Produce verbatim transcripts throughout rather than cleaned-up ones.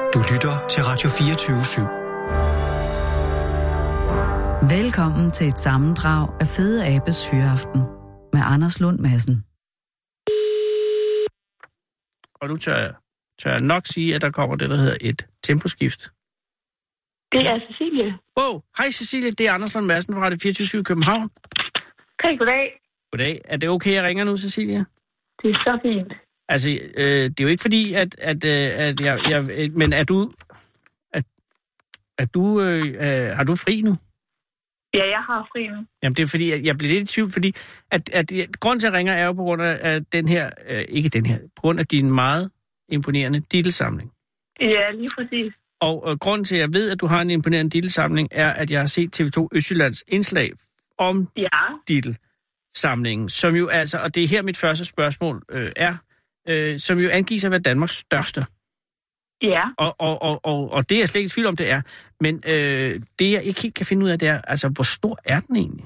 Du lytter til Radio fireogtyve syv. Velkommen til et sammendrag af Fede Abes Hyreaften med Anders Lund Madsen. Og nu tør jeg, tør jeg nok sige, at der kommer det, der hedder et temposkift. Det er Cecilie. Wow, hej Cecilie, det er Anders Lund Madsen fra Radio fireogtyve syv i København. Okay, goddag. Goddag. Er det okay, jeg ringer nu, Cecilie? Det er så fint. Altså, øh, det er jo ikke fordi, at, at, øh, at jeg, jeg... Men er du... Er, er du... Øh, øh, har du fri nu? Ja, jeg har fri nu. Jamen, det er fordi, jeg, jeg bliver lidt i tvivl, fordi... At, at, at, grunden til, at jeg ringer, er jo på grund af at den her... Øh, ikke den her. På grund af din meget imponerende dittelsamling. Ja, lige præcis. Og øh, grunden til, at jeg ved, at du har en imponerende dittelsamling, er, at jeg har set T V to Østjyllands indslag om ja. dittelsamlingen, som jo altså... Og det er her, mit første spørgsmål øh, er... Øh, som jo angiver sig at være Danmarks største. Ja. Og, og, og, og, og det er jeg slet ikke i tvivl om, det er. Men øh, det, jeg ikke helt kan finde ud af, det er, altså, hvor stor er den egentlig?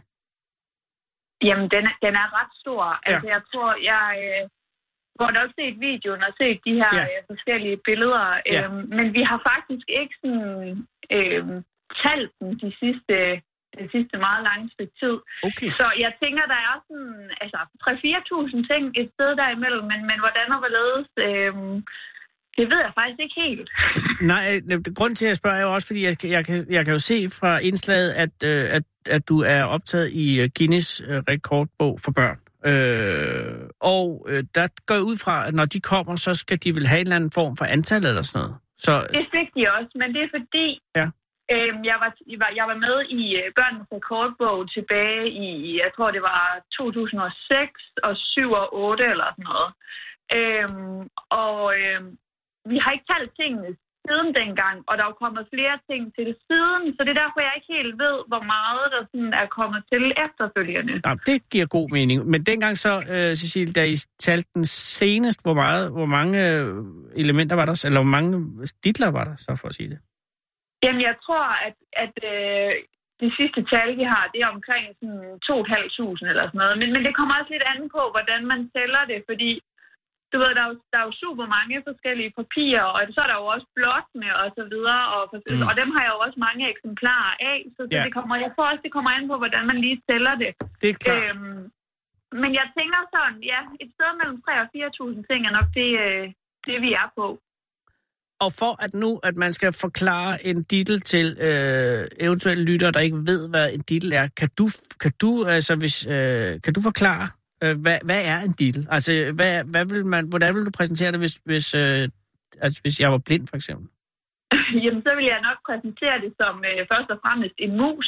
Jamen, den er, den er ret stor. Ja. Altså, jeg tror, jeg øh, har nok set videoen og set de her ja. øh, forskellige billeder. Ja. Øh, men vi har faktisk ikke sådan øh, talt dem de sidste... det sidste meget lange stykke tid. Okay. Så jeg tænker, der er sådan, altså, tre til fire tusind ting et sted derimellem, men, men hvordan og hvorledes, øhm, det ved jeg faktisk ikke helt. Nej, grunden til, at jeg spørger, er jo også, fordi jeg, jeg, kan, jeg kan jo se fra indslaget, at, øh, at, at du er optaget i Guinness øh, rekordbog for børn. Øh, og øh, der går jeg ud fra, at når de kommer, så skal de vel have en eller anden form for antal eller sådan noget. Så, det fik de også, men det er fordi... Ja. Øhm, jeg, var, jeg, var, jeg var med i uh, børnenes rekordbog tilbage i, jeg tror det var to tusind og seks og syv og otte eller sådan noget. Øhm, og øhm, vi har ikke talt tingene siden dengang, og der er jo kommet flere ting til siden, så det er derfor, jeg ikke helt ved, hvor meget der sådan er kommet til efterfølgende. Ja, det giver god mening. Men dengang så, uh, Cecilie, da I talte den senest, hvor, meget, hvor mange elementer var der, eller hvor mange titler var der, så for at sige det? Jamen, jeg tror, at, at øh, det sidste tal, vi har, det er omkring sådan to tusind fem hundrede eller sådan noget. Men, men det kommer også lidt an på, hvordan man tæller det, fordi du ved, der er jo, der er jo super mange forskellige papirer, og så er der jo også blottene og så videre, og, mm. og dem har jeg jo også mange eksemplarer af, så ja. det kommer, jeg tror også, det kommer an på, hvordan man lige tæller det. Det er klart. Øhm, men jeg tænker sådan, ja, et sted mellem tre tusind og fire tusind ting er nok det, øh, det vi er på. Og for at nu, at man skal forklare en titel til øh, eventuelle lyttere, der ikke ved, hvad en titel er, kan du, kan du, altså, hvis, øh, kan du forklare, øh, hvad, hvad er en titel? Altså, hvad, hvad vil man, hvordan vil du præsentere det, hvis, hvis, øh, altså, hvis jeg var blind, for eksempel? Jamen, så vil jeg nok præsentere det som øh, først og fremmest en mus.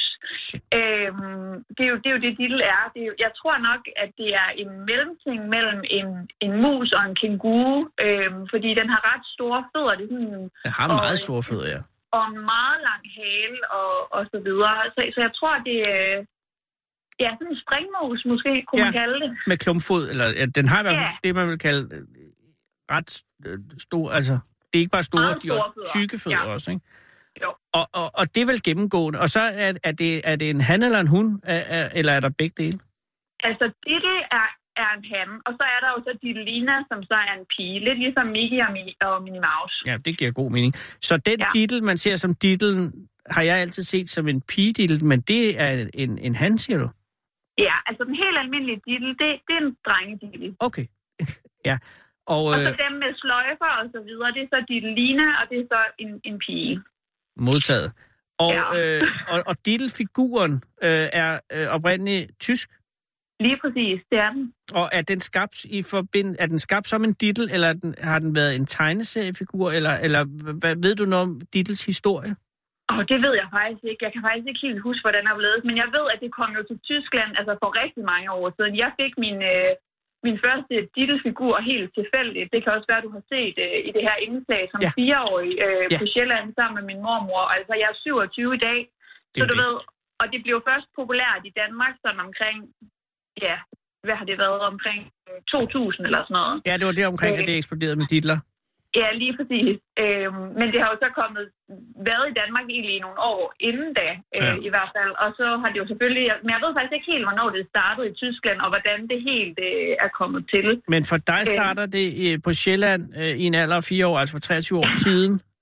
Øhm, det, er jo, det er jo det, titel er. Det er jo, jeg tror nok, at det er en mellemting mellem en, en mus og en kænguru, øhm, fordi den har ret store fødder. Det er sådan, den har og, meget store fødder, ja. Og en meget lang hale og, og så videre. Så, så jeg tror, det er ja, sådan en springmus, måske kunne ja, man kalde det. Med klumpfod, eller ja, den har i hvert fald ja. det, man vil kalde ret øh, stor, altså... Det er ikke bare store, de er tykke fødder ja. også, ikke? Jo. Og, og, og det er vel gennemgående. Og så er, er, det, er det en han eller en hund, er, er, eller er der begge dele? Altså, Dittel er, er en han, og så er der jo så Dittelina, som så er en pige. Lidt ligesom Mickey og, Mi- og Minnie Mouse. Ja, det giver god mening. Så den ja. Dittel, man ser som Dittelen, har jeg altid set som en pige-Dittel, men det er en, en han, siger du? Ja, altså den helt almindelige Dittel, det, det er en drenge-Dittel. Okay, ja. Og, og så øh, dem med sløjfer og så videre, det er så Dittelina, og det er så en, en pige. Modtaget. Og, ja. øh, og, og Dittel-figuren øh, er øh, oprindeligt tysk? Lige præcis, det er den. Og er den skabt i forbind, er den skabt som en Dittel, eller den, har den været en tegneseriefigur, eller, eller hvad, ved du noget om Dittels historie? Åh, oh, det ved jeg faktisk ikke. Jeg kan faktisk ikke helt huske, hvordan det er blevet. Men jeg ved, at det kom jo til Tyskland altså for rigtig mange år siden. Jeg fik min... Øh, Min første Dittel-figur helt tilfældigt. Det kan også være, at du har set øh, i det her indslag som ja. fireårig øh, ja. på Sjælland sammen med min mormor. Altså, jeg er syvogtyve i dag, det så du det. ved, og det blev først populært i Danmark sådan omkring, ja, hvad har det været, omkring to tusind eller sådan noget. Ja, det var det omkring, øh, at det eksploderede med titler. Ja, lige præcis. Øhm, men det har jo så kommet, været i Danmark egentlig i nogle år inden da, øh, ja. i hvert fald. Og så har det jo selvfølgelig, men jeg ved faktisk ikke helt, hvornår det startede i Tyskland, og hvordan det helt øh, er kommet til. Men for dig starter det øh, på Sjælland øh, i en alder af fire år, altså for treogtyve år siden.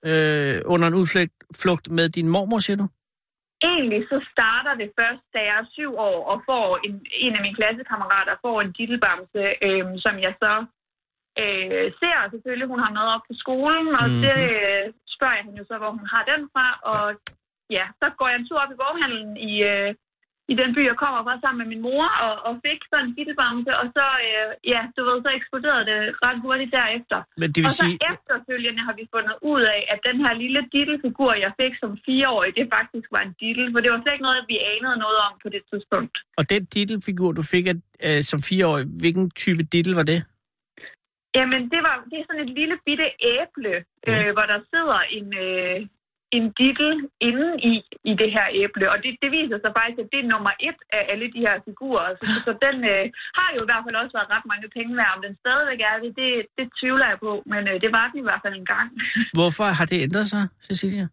øh, under en udflugt med din mormor, siger du? Egentlig så starter det først, da jeg er syv år, og får en, en af mine klassekammerater får en diddelbamse, øh, som jeg så øh, ser. Selvfølgelig, hun har med op på skolen, og mm-hmm. det øh, spørger jeg hende jo så, hvor hun har den fra. Og ja, så går jeg en tur op i boghandlen i, øh, i den by, jeg kommer fra sammen med min mor, og, og fik sådan en diddelbamse, og så, øh, ja, du ved, så eksploderede det ret hurtigt derefter. Men det vil og så sige... efterfølgende har vi fundet ud af, at den her lille diddelfigur, jeg fik som fireårig, det faktisk var en diddel, for det var slet ikke noget, vi anede noget om på det tidspunkt. Og den diddelfigur, du fik øh, som fireårig, hvilken type diddel var det? Jamen, det, var, det er sådan et lille bitte æble, mm. øh, hvor der sidder en... Øh, en diddel inde i, i det her æble, og det, det viser sig faktisk, at det er nummer et af alle de her figurer, så, så den øh, har jo i hvert fald også været ret mange penge værd. Om den stadigvæk er det, det, det tvivler jeg på, men øh, det var den i hvert fald en gang. Hvorfor har det ændret sig, Cecilia?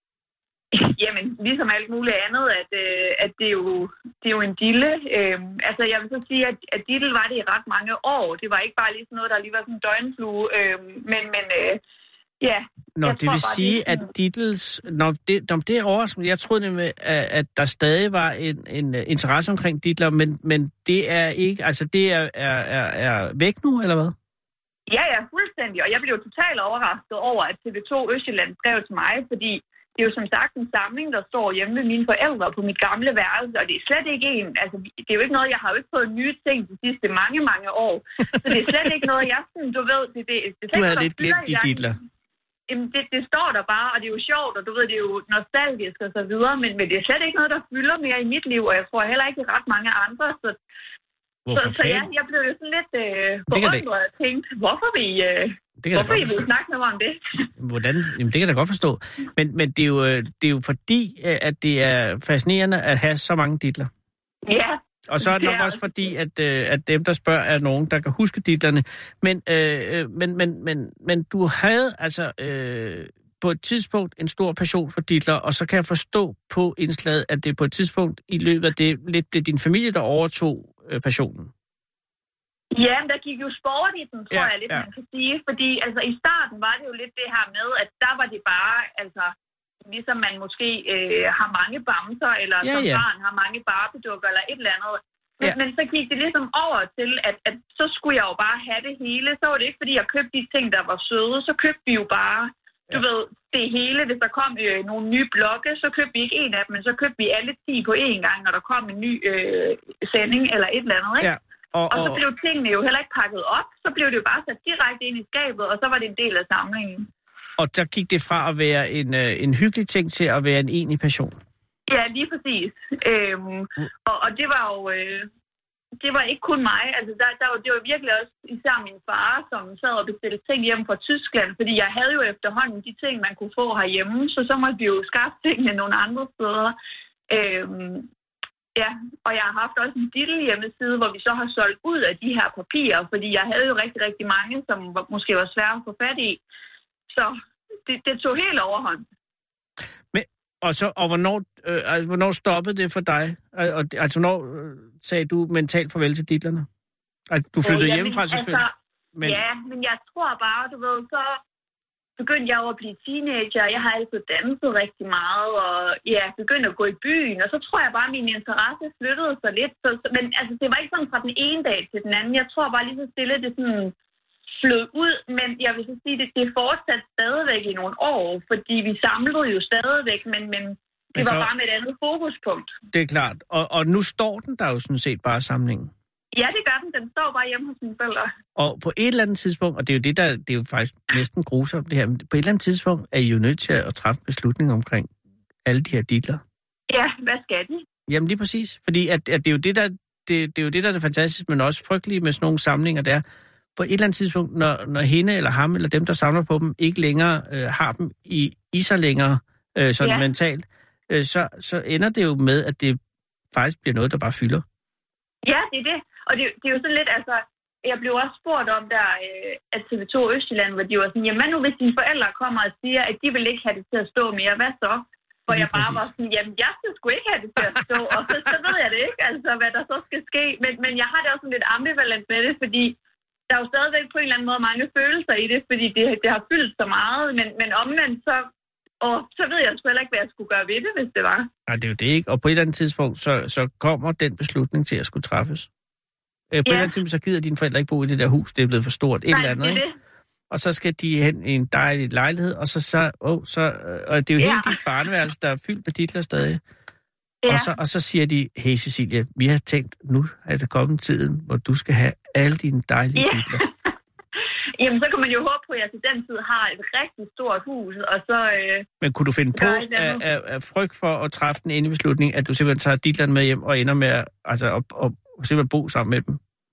Jamen, ligesom alt muligt andet, at, øh, at det, er jo, det er jo en dille. Øh, altså, jeg vil så sige, at, at diddel var det i ret mange år. Det var ikke bare lige sådan noget, der lige var sådan en døgnflue, øh, men... men øh, Ja. Nå, det vil bare, sige, det at Diddles... Nå, det, det er overraskende. Jeg troede nemlig, at der stadig var en, en interesse omkring Diddler, men, men det er ikke... Altså, det er, er, er, er væk nu, eller hvad? Ja, ja, fuldstændig. Og jeg blev totalt overrasket over, at T V to Østjylland skrev til mig, fordi det er jo som sagt en samling, der står hjemme ved mine forældre på mit gamle værelse, og det er slet ikke en... Altså, det er jo ikke noget, jeg har jo ikke fået nye ting de sidste mange, mange år. Så det er slet ikke noget, jeg sådan, du ved... Det, det, det du havde lidt glemt de Diddler. Jamen, det, det står der bare, og det er jo sjovt, og du ved, det er jo nostalgisk og så videre, men, men det er slet ikke noget, der fylder mere i mit liv, og jeg tror heller ikke ret mange andre, så, så, så ja, jeg blev jo sådan lidt øh, forundret og tænkte, hvorfor vi, øh, hvorfor I vil snakke med mig om det? Hvordan? Jamen, det kan jeg da godt forstå, men, men det, er jo, det er jo fordi, at det er fascinerende at have så mange titler. Ja. Og så er det nok også fordi, at, øh, at dem, der spørger, er nogen, der kan huske titlerne. Men, øh, men, men, men, men du havde altså øh, på et tidspunkt en stor passion for titler, og så kan jeg forstå på indslaget, at det på et tidspunkt i løbet af det lidt blev din familie, der overtog øh, passionen. Ja, men der gik jo sport i den, tror ja, jeg lidt, ja. man kan sige. Fordi altså, i starten var det jo lidt det her med, at der var det bare... altså ligesom man måske øh, har mange bamser, eller ja, som ja. barn har mange barbedukker, eller et eller andet. Men, ja. men så gik det ligesom over til, at, at så skulle jeg jo bare have det hele. Så var det ikke, fordi jeg købte de ting, der var søde. Så købte vi jo bare, du ja. ved, det hele. Hvis der kom øh, nogle nye blokke, så købte vi ikke en af dem, men så købte vi alle ti på én gang, når der kom en ny øh, sending, eller et eller andet, ikke? Ja. Og, og... og så blev tingene jo heller ikke pakket op. Så blev det jo bare sat direkte ind i skabet, og så var det en del af samlingen. Og der gik det fra at være en, øh, en hyggelig ting til at være en egentlig passion. Ja, lige præcis. Øhm, og, og det var jo øh, det var ikke kun mig. Altså, der, der var, det var virkelig også især min far, som sad og bestilte ting hjemme fra Tyskland, fordi jeg havde jo efterhånden de ting, man kunne få herhjemme, så så måtte vi jo skaffe tingene nogle andre steder. Øhm, ja, og jeg har haft også en diddle hjemmeside, hvor vi så har solgt ud af de her papirer, fordi jeg havde jo rigtig, rigtig mange, som var, måske var svære at få fat i. Så det, det tog helt overhånd. Men, og, så, og hvornår, øh, altså, hvornår stoppede det for dig? Og, altså, hvornår øh, sagde du mentalt farvel til titlerne? Altså, du flyttede øh, ja, hjemmefra selvfølgelig. Altså, men... Ja, men jeg tror bare, du ved, så begyndte jeg over at blive teenager. Jeg har altid danset rigtig meget, og ja, begyndte at gå i byen. Og så tror jeg bare, at min interesse flyttede sig lidt. Så, men altså, det var ikke sådan fra den ene dag til den anden. Jeg tror bare lige så stille, det sådan... flød ud, men jeg vil så sige, at det fortsat stadigvæk i nogle år, fordi vi samlede jo stadigvæk, men, men det så, var bare med et andet fokuspunkt. Det er klart. Og, og nu står den der jo sådan set bare samlingen. Ja, det gør den. Den står bare hjemme hos mine forældre. Og på et eller andet tidspunkt, og det er jo det, der det er jo faktisk næsten grusomt det her, men på et eller andet tidspunkt er I jo nødt til at træffe beslutning omkring alle de her titler. Ja, hvad skal de? Jamen lige præcis, fordi at, at det er jo det, der det, det er jo det, der er det fantastiske, men også frygtelige med sådan nogle samlinger der. På et eller andet tidspunkt, når, når hende eller ham, eller dem, der samler på dem, ikke længere øh, har dem i, i sig længere, øh, sådan ja. mentalt, øh, så, så ender det jo med, at det faktisk bliver noget, der bare fylder. Ja, det er det. Og det, det er jo sådan lidt, altså, jeg blev også spurgt om der, øh, at T V to Østjylland, hvor de var sådan, jamen nu hvis dine forældre kommer og siger, at de vil ikke have det til at stå mere, hvad så? Hvor jeg bare var sådan, jamen jeg skal sgu ikke have det til at stå, og så, så ved jeg det ikke, altså hvad der så skal ske. Men, men jeg har det også sådan lidt ambivalent med det, fordi der er jo stadigvæk på en eller anden måde mange følelser i det, fordi det, det har fyldt så meget, men, men omvendt så, og så ved jeg sgu heller ikke, hvad jeg skulle gøre ved det, hvis det var. Nej, det er jo det ikke. Og på et eller andet tidspunkt, så, så kommer den beslutning til at skulle træffes. Øh, på ja. et eller andet tidspunkt, så gider dine forældre ikke bo i det der hus, det er blevet for stort. Et Nej, eller andet, det er ikke? Og så skal de hen i en dejlig lejlighed, og så, så, oh, så og det er jo ja. helt dit barneværelse, der er fyldt med titler stadig. Ja. Og, så, og så siger de, hey Cecilie, vi har tænkt, nu er det kommet tiden, hvor du skal have alle dine dejlige ja. titler. Jamen, så kan man jo håbe på, at jeg til den tid har et rigtig stort hus, og så... Øh, Men kunne du finde på af, af, af frygt for at træffe den endelige beslutning, at du simpelthen tager titlerne med hjem og ender med at, altså, at, at, at simpelthen bo sammen med dem?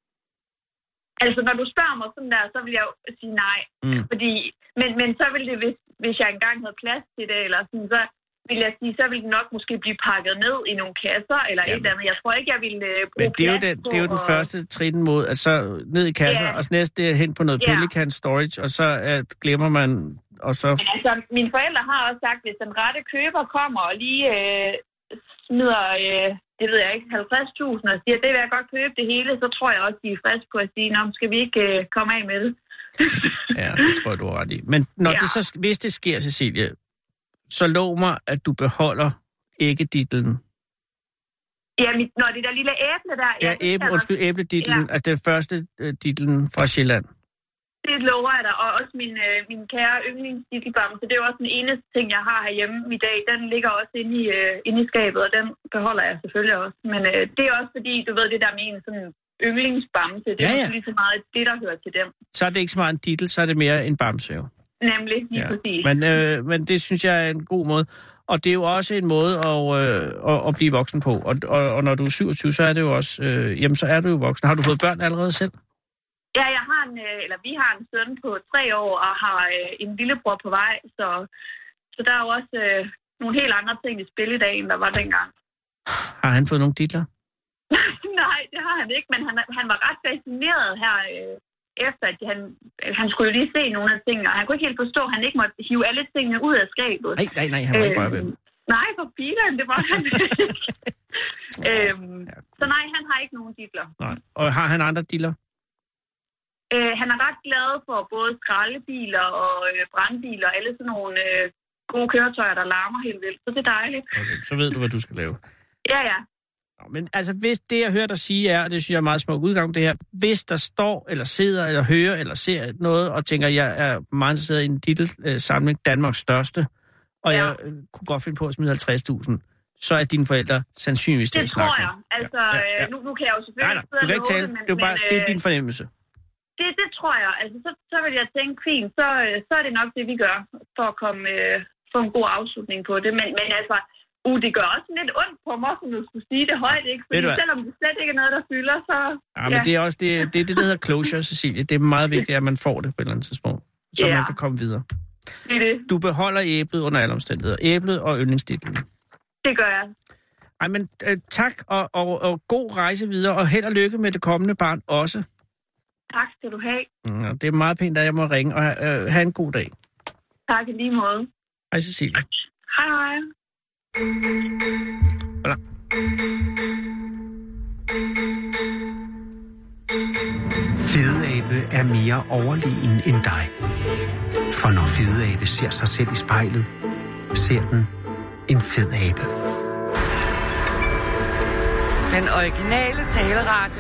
Altså, når du spørger mig sådan der, så vil jeg jo sige nej. Mm. Fordi, men, men så ville det, hvis, hvis jeg engang havde plads til det, eller sådan, så vil jeg sige, så ville det nok måske blive pakket ned i nogle kasser, eller Jamen. et eller andet. Jeg tror ikke, jeg ville uh, bruge Men det er jo den, det er jo den og... første trin mod, at så ned i kasser, yeah. og så næste det er hen på noget yeah. Pelican storage, og så uh, glemmer man, og så... Men altså, mine forældre har også sagt, hvis den rette køber kommer og lige uh, smider... Uh, det ved jeg ikke, halvtreds tusind, og siger, det vil jeg godt købe det hele, så tror jeg også, de er friske på at sige, nå, skal vi ikke uh, komme af med det? Ja, det tror jeg, du har ret i. Men når ja. det så, hvis det sker, Cecilie, så lov mig, at du beholder æggeditlen. Ja, mit, når det der lille æble der... Ja, æble, undskyld, æbleditlen, ja. altså den første uh, ditlen fra Sjælland. Det lover jeg dig, og også min, øh, min kære yndlingsdittelbamse. Det er jo også den eneste ting, jeg har herhjemme i dag. Den ligger også inde i, øh, inde i skabet, og den beholder jeg selvfølgelig også. Men øh, det er også fordi, du ved, det der med en sådan yndlingsbamse, det ja, ja. er lige så meget det, der hører til dem. Så er det ikke så meget en dittel, så er det mere en bamse jo. Nemlig, lige ja. præcis. Men, øh, men det synes jeg er en god måde. Og det er jo også en måde at, øh, at, at blive voksen på. Og, og, og når du er syvogtyve, så er det jo også... Øh, jamen, så er du jo voksen. Har du fået børn allerede selv? Ja, jeg har en, eller vi har en søn på tre år og har øh, en lillebror på vej, så, så der er jo også øh, nogle helt andre ting i spil i dag, end der var dengang. Har han fået nogle titler? Nej, det har han ikke, men han, han var ret fascineret her, øh, efter at han, han skulle jo lige se nogle af tingene, og han kunne ikke helt forstå, at han ikke måtte hive alle tingene ud af skabet. Nej, nej, nej, han var ikke bare ved. Nej, for Peter, det var han ikke. øhm, så nej, han har ikke nogen titler. Nej. Og har han andre titler? Øh, han er ret glad for både skraldebiler og øh, brandbiler, alle sådan nogle øh, gode køretøjer, der larmer helt vildt. Så det er dejligt. Okay, så ved du, hvad du skal lave. Ja, ja. Nå, men altså, hvis det, jeg hører dig sige er, og det synes jeg er meget smuk udgang, det her, hvis der står, eller sidder, eller hører, eller ser noget, og tænker, jeg er meget interesseret i en titelsamling, Danmarks største, og ja. jeg øh, kunne godt finde på at smide halvtreds tusind, så er dine forældre sandsynligvis til at snakke. Det tror jeg. Altså, ja, ja, ja. Nu, nu kan jeg jo selvfølgelig... Nej, nej, du kan ikke tale. Det, men, det, er bare, men, det er din fornemmelse. Det, det tror jeg. Altså, så, så vil jeg tænke, fint, så, så er det nok det, vi gør, for at komme, øh, få en god afslutning på det. Men, men altså, uh, det gør også lidt ondt på mig, som du skulle sige det højt, ikke? Fordi selvom det slet ikke er noget, der fylder, så... Ja, men ja. det er også det, det, er det, der hedder closure, Cecilie. Det er meget vigtigt, at man får det på et eller andet tidspunkt, så ja. man kan komme videre. Det er det. Du beholder æblet under alle omstændigheder. Æblet og yndlingsditlen. Det gør jeg. Ej, men øh, tak, og, og, og god rejse videre, og held og lykke med det kommende barn også. Tak skal du have. Ja, det er meget pænt, at jeg må ringe, og øh, have en god dag. Tak i lige måde. Hej, Cecilie. Hej, hej. Voilà. Fedeabe er mere overlegen end dig. For når fedeabe ser sig selv i spejlet, ser den en fed abe. Den originale taleradio.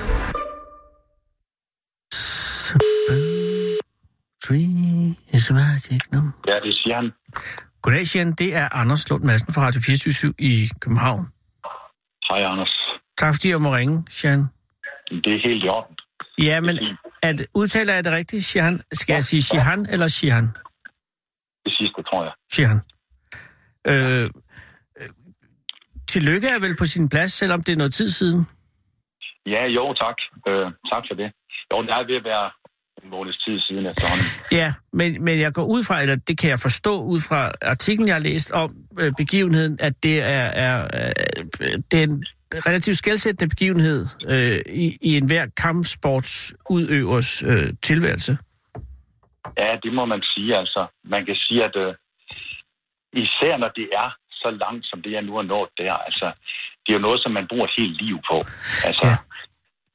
Ja, det er Sian. Goddag, Sian. Det er Anders Lund Madsen fra Radio fireogtyve syv i København. Hej, Anders. Tak fordi jeg må ringe, Sian. Det er helt i orden. Ja, men at, udtaler jeg det rigtigt, Sian? Skal jeg sige Sihan eller Sihan? Det sidste, tror jeg. Sihan. Øh, øh, tillykke er vel på sin plads, selvom det er noget tid siden? Ja, jo, tak. Øh, tak for det. Jo, det er ved at være en måneds tid siden efterhånden. Ja, men, men jeg går ud fra, eller det kan jeg forstå ud fra artiklen, jeg har læst om øh, begivenheden, at det er, er, øh, det er en relativt skelsættende begivenhed øh, i, i enhver kampsportsudøvers øh, tilværelse. Ja, det må man sige. Altså, man kan sige, at øh, især når det er så langt, som det jeg nu har nået der, altså, det er jo noget, som man bruger et helt liv på. Altså, ja.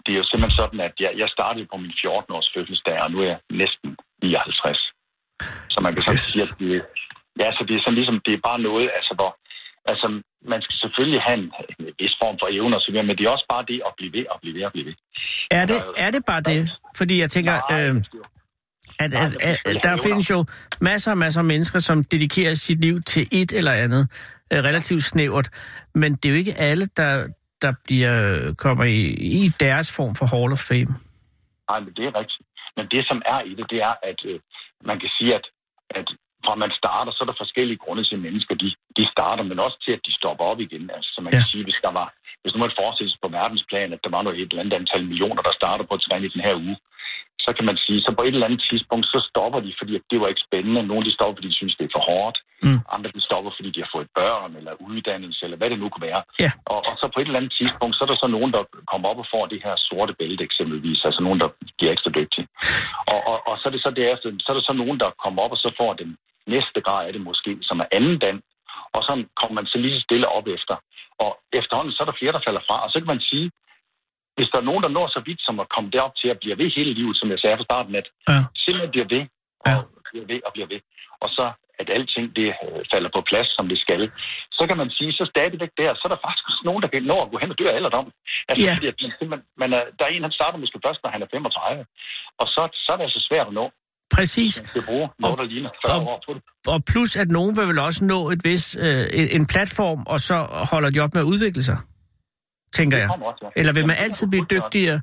det er jo simpelthen sådan, at jeg, jeg startede på min fjorten-års fødselsdag, og nu er jeg næsten nioghalvtreds. Så man kan sådan sige, at det, ja, så det er sådan ligesom, det er bare noget, altså hvor, altså man skal selvfølgelig have en, en vis form for evne og så videre, men det er også bare det at blive ved, og blive ved, og blive ved. Er det, er det bare det? Fordi jeg tænker, Nej, øh, at, at, at, at der findes jo masser og masser af mennesker, som dedikerer sit liv til et eller andet, øh, relativt snævert, men det er jo ikke alle, der, der bliver, kommer i, i deres form for Hall of Fame. Nej, men det er rigtigt. Men det, som er i det, det er, at øh, man kan sige, at, at fra man starter, så er der forskellige grunde til mennesker, de, de starter, men også til, at de stopper op igen. Altså, så man ja. kan sige, hvis der var, hvis nu man forestiller sig på verdensplan, at der var noget et eller andet antal millioner, der starter på at træne i den her uge, så kan man sige, så på et eller andet tidspunkt, så stopper de, fordi det var ikke spændende. Nogle de stopper, fordi de synes, det er for hårdt. Mm. Andre de stopper, fordi de har fået børn, eller uddannelse, eller hvad det nu kunne være. Yeah. Og, og så på et eller andet tidspunkt, så er der så nogen, der kommer op og får det her sorte bælte eksempelvis. Altså nogen, der bliver ekstra dygtige. Og, og, og så er det så derefter, så er der så nogen, der kommer op, og så får den næste grad af det måske, som er anden dan. Og så kommer man så lige så stille op efter. Og efterhånden, så er der flere, der falder fra. Og så kan man sige, hvis der er nogen, der når så vidt, som at komme derop til at blive ved hele livet, som jeg sagde fra starten, at ja. simpelthen bliver ved, og ja. bliver ved, og bliver ved, og så at alting det falder på plads, som det skal, så kan man sige, så stadigvæk der, så er der faktisk nogen, der kan nå at gå hen og dø af alderdom. Altså, ja. fordi at man, man er, der er en, han starter måske først, når han er femogtredive, og så, så er det altså svært at nå. Præcis. Det bruger noget, der ligner fyrre og, år på det. Og plus, at nogen vil vel også nå et vis, øh, en platform, og så holder de op med at udvikle sig. Tænker jeg. Også, ja. Eller vil man altid blive dygtigere?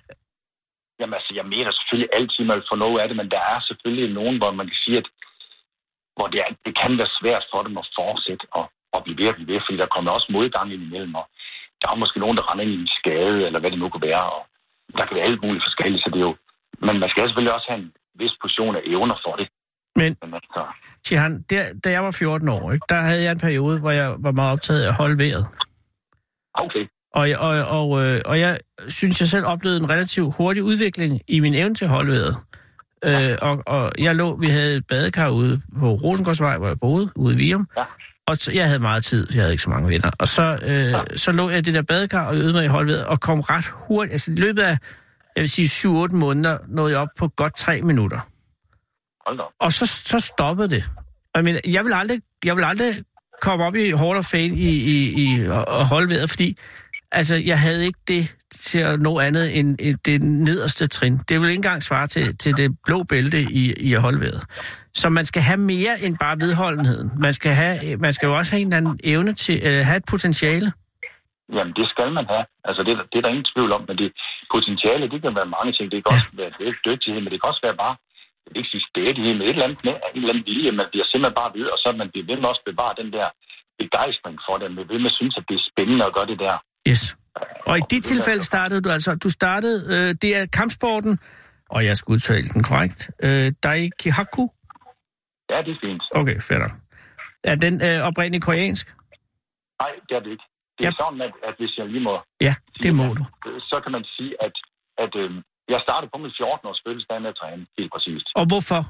Jamen altså, jeg mener selvfølgelig altid, man får noget af det, men der er selvfølgelig nogen, hvor man kan sige, at hvor det, er, det kan være svært for dem at fortsætte og, og blive ved at blive ved, fordi der kommer også modgang ind imellem, og der er måske nogen, der render ind i en skade, eller hvad det nu kan være, og der kan være alt muligt forskelligt, så det er jo... Men man skal selvfølgelig også have en vis portion af evner for det. Men, altså, Tihan, der, da jeg var fjorten år, ikke, der havde jeg en periode, hvor jeg var meget optaget af at holde vejret. Okay. Og, og, og, og jeg synes, jeg selv oplevede en relativt hurtig udvikling i min evne til at holde vejret. Ja. Øh, og, og jeg lå, vi havde et badekar ude på Rosengårdsvej, hvor jeg boede, ude i Virum. Ja. Og så, jeg havde meget tid, jeg havde ikke så mange venner. Og så, øh, ja. så lå jeg i det der badekar og øvede mig i at holde vejret, og kom ret hurtigt. Altså i løbet af, jeg vil sige, syv otte måneder, nåede jeg op på godt tre minutter. Hold da. Og så, så stoppede det. Jeg mener, jeg vil aldrig, jeg vil aldrig komme op i Hall of Fame i, i, i at holde vejret, fordi altså, jeg havde ikke det til at nå andet end det nederste trin. Det vil ikke engang svare til, til det blå bælte i, i at holde vejret. Så man skal have mere end bare vedholdenheden. Man skal, have, man skal jo også have en eller anden evne til at uh, have et potentiale. Jamen, det skal man have. Altså, det, det er der ingen tvivl om, men det potentiale, det kan være mange ting. Det kan også ja. være dygtighed, men det kan også være bare, det er ikke sige stædighed, men et eller andet med, en eller anden vilje. Man bliver simpelthen bare ved, og så man bliver ved med også bevare den der begejstring for det. Man bliver ved med at synes, at det er spændende at gøre det der. Yes. Og i dit tilfælde startede du altså, du startede, øh, det er kampsporten, og jeg skal udtale den korrekt, øh, Daikihaku? Ja, det er fint. Okay, fedt. Er den øh, oprindeligt koreansk? Nej, det er det ikke. Det er ja. sådan, at, at hvis jeg lige må... Ja, det må du. Så kan man sige, at, at øh, jeg startede på min fjorten-års fødselsdag med at træne, helt præcist. Og hvorfor?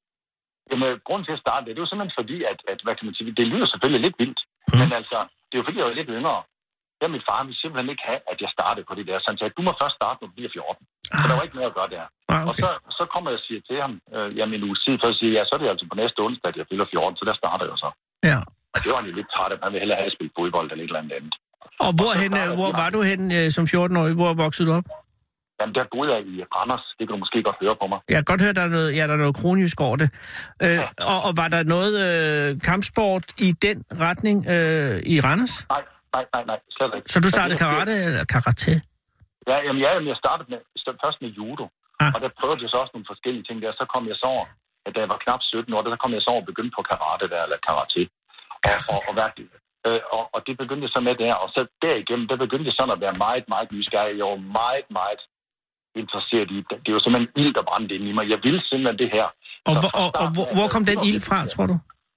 Jamen, grunden til at starte det, det er jo simpelthen fordi, at, at hvad kan man sige, det lyder selvfølgelig lidt vildt, mm. men altså, det er jo fordi, jeg var lidt yngre. Jeg og min far ville simpelthen ikke have, at jeg startede på det der. Så han sagde, du må først starte, når du bliver fjorten. Ah. Så der var ikke mere at gøre der. Ah, okay. Og så, så kommer jeg og siger til ham, øh, jamen en uge tid før, siger ja, så er det altså på næste onsdag, at jeg fylder fjorten, så der starter jeg så. Ja. Og det var han jo lidt træt af, han ville hellere have spillet fodbold eller et eller andet andet. Og hvorhen, og hvor var du hen øh, som fjorten-årig? Hvor voksede du op? Jamen, der boede jeg i Randers. Det kan du måske godt høre på mig. Jeg kan godt høre, der er noget, ja, der er noget kronjysk over det. Øh, ja. og, og var der noget øh, kampsport i den retning øh, i Randers? Nej, nej, nej, nej, slet ikke. Så du startede karate eller karate? Ja, jamen, ja, jeg startede med, først med judo. Ah. Og der prøvede jeg så også nogle forskellige ting der. Så kom jeg så over, at da jeg var knap sytten år, der kom jeg så over og begyndte på karate der, eller karate. Og, og, og, og, øh, og, og det begyndte jeg så med der. Og så derigennem, der begyndte jeg sådan at være meget, meget nysgerrig. Jeg var meget, meget interesseret i det. Det er jo simpelthen ild, der brændte ind i mig. Jeg ville simpelthen det her. Og, hvor, og, og hvor, hvor kom den ild fra, tror du?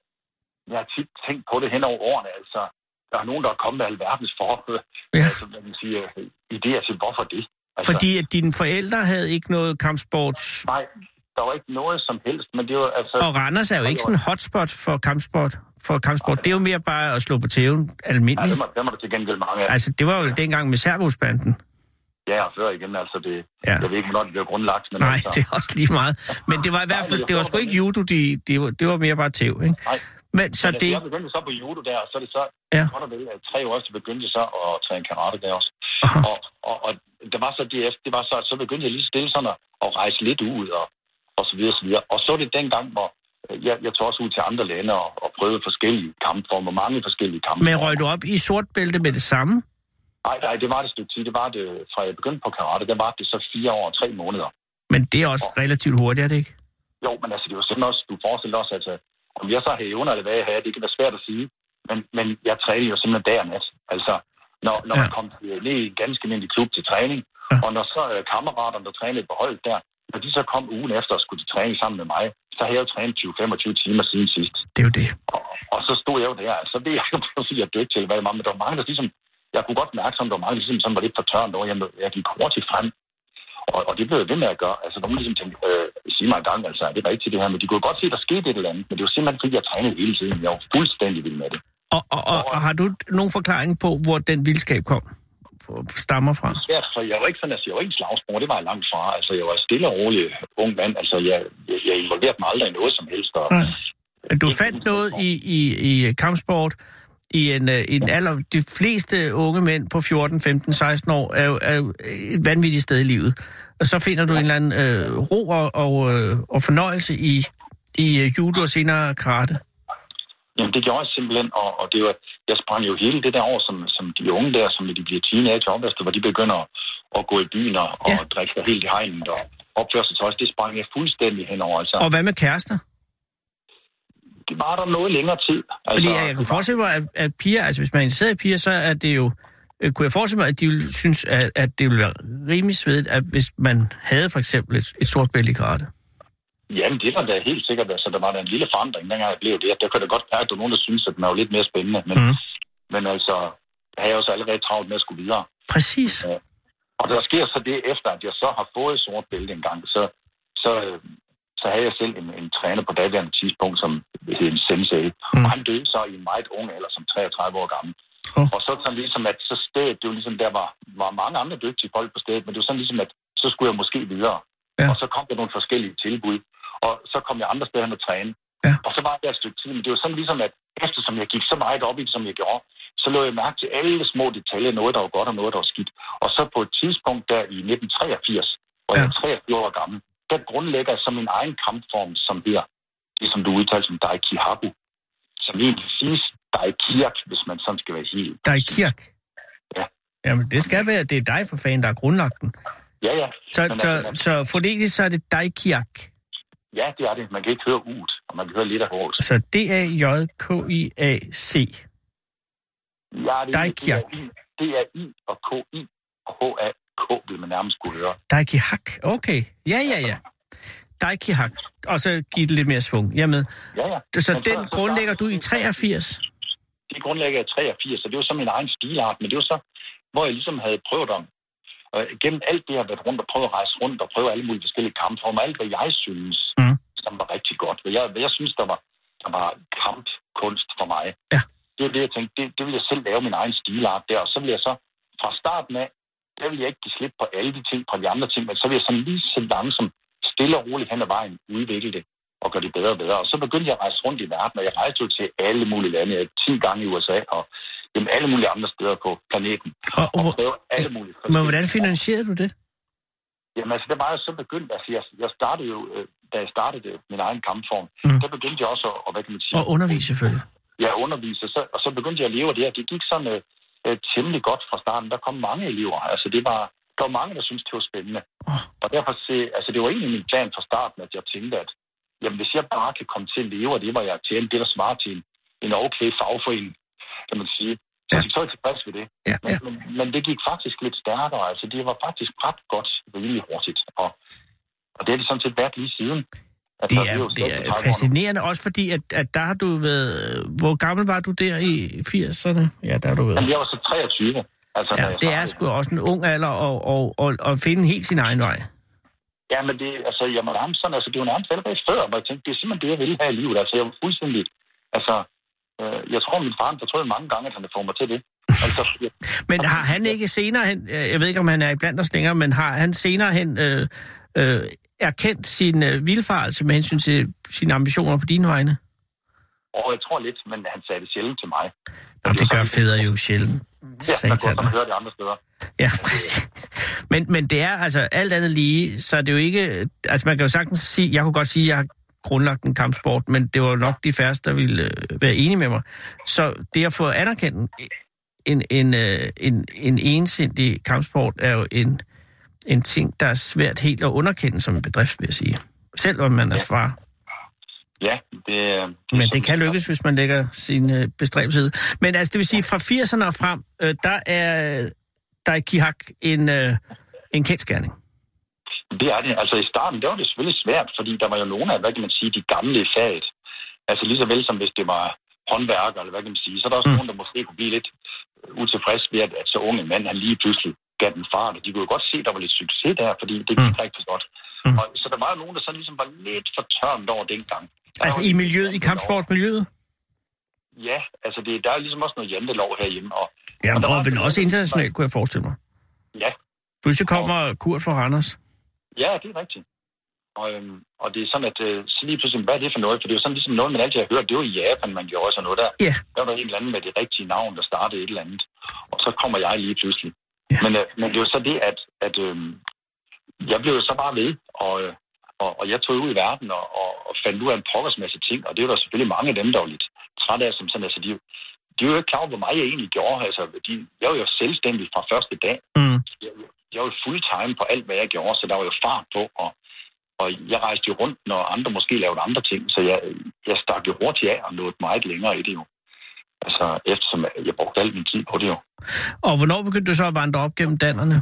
Jeg har tit tænkt på det hen over årene. Altså, der er nogen, der er kommet med alverdens forhold. Ja. Altså, man kan sige, idéer til, hvorfor det? Altså, fordi at dine forældre havde ikke noget kampsports... Nej, der var ikke noget som helst, men det var altså... Og Randers er jo ikke sådan en hotspot for kampsport. For kampsport. Nej, det er jo mere bare at slå på tæven almindeligt. Ja, det var der til gengæld mange af. Altså, det var jo ja. dengang med Servusbanden. Ja, og før igen, altså det... Ja. Jeg ved ikke, hvornår det bliver grundlagt, men... Nej, altså, det er også lige meget. Men det var i hvert fald... Det var sgu ikke judo, de, de, det var mere bare tæv, ikke? Nej. Men så men, det... Jeg begyndte så på judo der, og så er det så... Ja. Godt og vel, at tre år så begyndte jeg så at træne karate der også. Og, og, og det var så det, det var så, så begyndte jeg lige stille sådan at, at rejse lidt ud, og, og så videre, så videre. Og så er det dengang, hvor jeg, jeg tog også ud til andre lande og, og prøvede forskellige kampformer, mange forskellige kampformer. Men røg du op i sort bælte med det samme? Nej, nej, det var det stykke tid. Det var det, fra jeg begyndte på karate, der var det så fire år og tre måneder. Men det er også og, relativt hurtigt, er det ikke? Jo, men altså, det var sådan også, du forestiller også, altså, om jeg så har evner eller hvad jeg havde, det kan være svært at sige. Men, men jeg trænede jo simpelthen dag og nat. Altså, når, når ja. man kom ned i en ganske almindelig klub til træning, ja. og når så øh, kammeraterne, der trænede på holdet der, når de så kom ugen efter og skulle til træning sammen med mig, så havde jeg jo trænet tyve til femogtyve timer siden sidst. Det er jo det. Og, og så stod jeg jo der, altså det er jo fordi jeg døde til, hvad jeg var, men der var mange, der ligesom, jeg kunne godt mærke, som der var mange, der ligesom sådan var lidt for tørren over, jeg, jeg gik hurtigt frem. Og, og det blev jeg ved med at gøre. Altså, nogen ligesom tænkte, øh, sige mig en gang, altså, er det rigtigt det her? Men de kunne godt se, at der skete et eller andet. Men det var simpelthen, fordi jeg trænede hele tiden. Jeg var fuldstændig vild med det. Og, og, og, og har du nogen forklaring på, hvor den vildskab kom? Stammer fra? Ja, så jeg var ikke sådan, altså, jeg var ikke slagsbror. Det var jeg langt fra. Altså, jeg var stille og rolig ung mand. Altså, jeg, jeg, jeg involverede mig aldrig i noget som helst. Og, ja. Du fandt noget i, i, i kampsport, i en, i en alder... De fleste unge mænd på fjorten, femten, seksten år er jo, er jo et vanvittigt sted i livet. Og så finder du ja. en eller anden øh, ro og, og, øh, og fornøjelse i, i judo og senere karate. Jamen, det gjorde jeg simpelthen, og, og det var, jeg sprang jo hele det der år, som, som de unge der, som de bliver teenager op efter, hvor de begynder at, at gå i byen og, ja. og drikke sig helt i hegnet og opføre sig til os. Det sprang jeg fuldstændig henover. Altså. Og hvad med kærester? Det var der noget længere tid. Altså, fordi jeg kan forestille mig, at, at piger, altså hvis man er interesseret i piger, så er det jo, øh, kunne jeg forestille mig, at de ville synes, at, at det ville være rimelig svedigt, at hvis man havde for eksempel et, et sort bælte i karate. Jamen, det var da helt sikkert, altså der var der en lille forandring, dengang jeg blev det. Der kunne da godt mærke, at der var nogen, der synes, at den var jo lidt mere spændende. Men, mm. men altså, jeg har jo også allerede travlt med at skulle videre. Præcis. Ja. Og der sker så det, efter at jeg så har fået sort bælte engang, så, så, så havde jeg selv en, en træner på daværende tidspunkt, som hed en sensei. Mm. Og han døde så i en meget ung alder, som treogtredive år gammel. Oh. Og så sådan ligesom, at så stedet, det var ligesom, der var, var mange andre dygtige folk på stedet, men det var sådan ligesom, at så skulle jeg måske videre. Ja. Og så kom der nogle forskellige tilbud. Og så kom jeg andre steder hen og træne. Ja. Og så var det et stykke tid. Men det var sådan ligesom, at eftersom jeg gik så meget op i det, som jeg gjorde, så lå jeg mærke til alle små detaljer, noget, der var godt og noget, der var skidt. Og så på et tidspunkt der i nitten treogfirs, hvor ja. jeg er treogfirs år gammel, der grundlægger jeg så min egen kampform, som her, det som du udtaler som Daikihaku, som egentlig siges Daikirk, hvis man sådan skal være helt. Daikirk? Ja. Jamen, det skal være, det er dig for fanden, der har grundlagt den. Ja, ja. Så, Men, så, altså, så fonetisk, så er det Daikirk. Ja, det er det. Man kan ikke høre ud, og man kan høre lidt af hårdt. Så D A J K I A C. Ja, det er D A I og K I og H A K, vil man nærmest kunne høre. Daikihak, okay. Ja, ja, ja. Daikihak. Og så giv det lidt mere svung. Jeg med. Ja, ja. Så Men den så, grundlægger du i treogfirs? Det grundlægger jeg i treogfirs, og det var så min egen stilart, men det var så, hvor jeg ligesom havde prøvet om. Og gennem alt det, jeg har været rundt og prøvet at rejse rundt og prøve alle mulige forskellige kampformer, alt hvad jeg synes, mm. som var rigtig godt. Hvad jeg, hvad jeg synes, der var, der var kampkunst for mig. Ja. Det var det, jeg tænkte, det, det ville jeg selv lave min egen stilart der. Og så ville jeg så fra starten af, der ville jeg ikke give slip på alle de ting, på de andre ting, men så ville jeg sådan lige så langsomt, stille og roligt hen ad vejen, udvikle det og gøre det bedre og bedre. Og så begyndte jeg at rejse rundt i verden, og jeg rejste jo til alle mulige lande. Jeg ti gange i U S A, og jamen, alle mulige andre steder på planeten. Og, og, og alle mulige men hvordan finansierede du det? Jamen altså, det var jo så begyndt, altså jeg, jeg startede jo, da jeg startede min egen kampform, mm. der begyndte jeg også at, hvad kan man sige? Og undervise selvfølgelig. Ja, undervise, så, og så begyndte jeg at leve af det, og det gik sådan uh, temmelig godt fra starten. Der kom mange elever, altså det var, der var mange, der syntes, det var spændende. Oh. Og derfor, altså det var egentlig min plan fra starten, at jeg tænkte, at jamen, hvis jeg bare kan komme til at leve af det, hvor jeg tjente det, der svarer til en, en okay fagforening, kan man sige. Så jeg er tilfreds ved det. Ja, ja. Men, men, men det gik faktisk lidt stærkere. Altså, det var faktisk ret godt, rimelig hurtigt. Og, og det er det sådan set været lige siden. Det er, det er fascinerende, også fordi, at, at der har du været... Hvor gammel var du der i firserne? Ja, der har du været. Jamen, jeg var så treogtyve. Altså, ja, det er sgu også en ung alder at, og, og, og finde helt sin egen vej. Ja, men det, altså, jeg må nærmest sådan, altså, det var nærmest allerede før, hvor jeg tænkte, det er simpelthen det, jeg ville have i livet. Altså, jeg var fuldstændig... Altså, jeg tror, min far fortrød mange gange, at han havde fået mig til det. Altså, ja. Men har han ikke senere hen, jeg ved ikke, om han er iblandt os længere, men har han senere hen øh, øh, erkendt sin øh, vildfarelse med hensyn til sine ambitioner på dine vegne? Og jeg tror lidt, men han sagde det sjældent til mig. Jamen, det gør fædre jo sjældent. Ja, man kunne også høre det andre steder. Ja, men, men det er altså alt andet lige, så er det jo ikke... Altså man kan jo sagtens sige, jeg kunne godt sige, at jeg har grundlagt en kampsport, men det var nok de færreste, der ville øh, være enige med mig. Så det at få anerkendt en, en, øh, en, en ensindig kampsport er jo en, en ting, der er svært helt at underkende som en bedrift, vil jeg sige. Selvom man er ja. far. Ja, det, det Men det kan lykkes, hvis man lægger sin øh, bestræbelse. Men altså, det vil sige, fra firserne og frem, øh, der er der er Kihak en, øh, en kendsgerning. Det er det. Altså i starten, der var det selvfølgelig svært, fordi der var jo nogle af, hvad kan man sige, de gamle i faget. Altså lige så vel som hvis det var håndværker, eller hvad kan man sige, så er der også mm. nogen, der måske kunne blive lidt utilfreds ved, at, at så unge mand, han lige pludselig gav den fart. De kunne jo godt se, at der var lidt succes der, fordi det gik mm. rigtig godt. Mm. Og, så der var jo nogen, der så ligesom var lidt fortørnet over dengang. Der altså i miljøet, i kampsportsmiljøet? Ja, altså det, der er ligesom også noget jantelov herhjemme. Og, ja, og, der og var vel også internationalt, kunne jeg forestille mig. Ja. Pludselig kommer og... Kurt fra Randers. Ja, det er rigtigt. Og, øhm, og det er sådan, at øh, så lige pludselig, hvad er det for noget? For det er jo sådan ligesom noget, man altid har hørt. Det var i Japan, man gjorde sådan noget der. Yeah. Der var der en eller anden med det rigtige navn, der startede et eller andet. Og så kommer jeg lige pludselig. Yeah. Men, øh, men det er jo så det, at, at øh, jeg blev jo så bare ved, og, øh, og, og jeg tog ud i verden og, og, og fandt ud af en pokkers masse ting. Og det var der selvfølgelig mange af dem, der var lidt trætte af, som sådan, altså de, de er jo ikke klar over, hvor meget jeg egentlig gjorde. Altså, de, jeg var jo selvstændig fra første dag. Mm. Jeg, jeg var jo fulltime på alt, hvad jeg gjorde, så der var jo fart på, og, og jeg rejste jo rundt, når andre måske lavede andre ting, så jeg, jeg stak jo hurtigt af og nåede meget længere i det jo. Altså, eftersom jeg brugte al min tid på det jo. Og hvornår begyndte du så at vandre op gennem dannerne?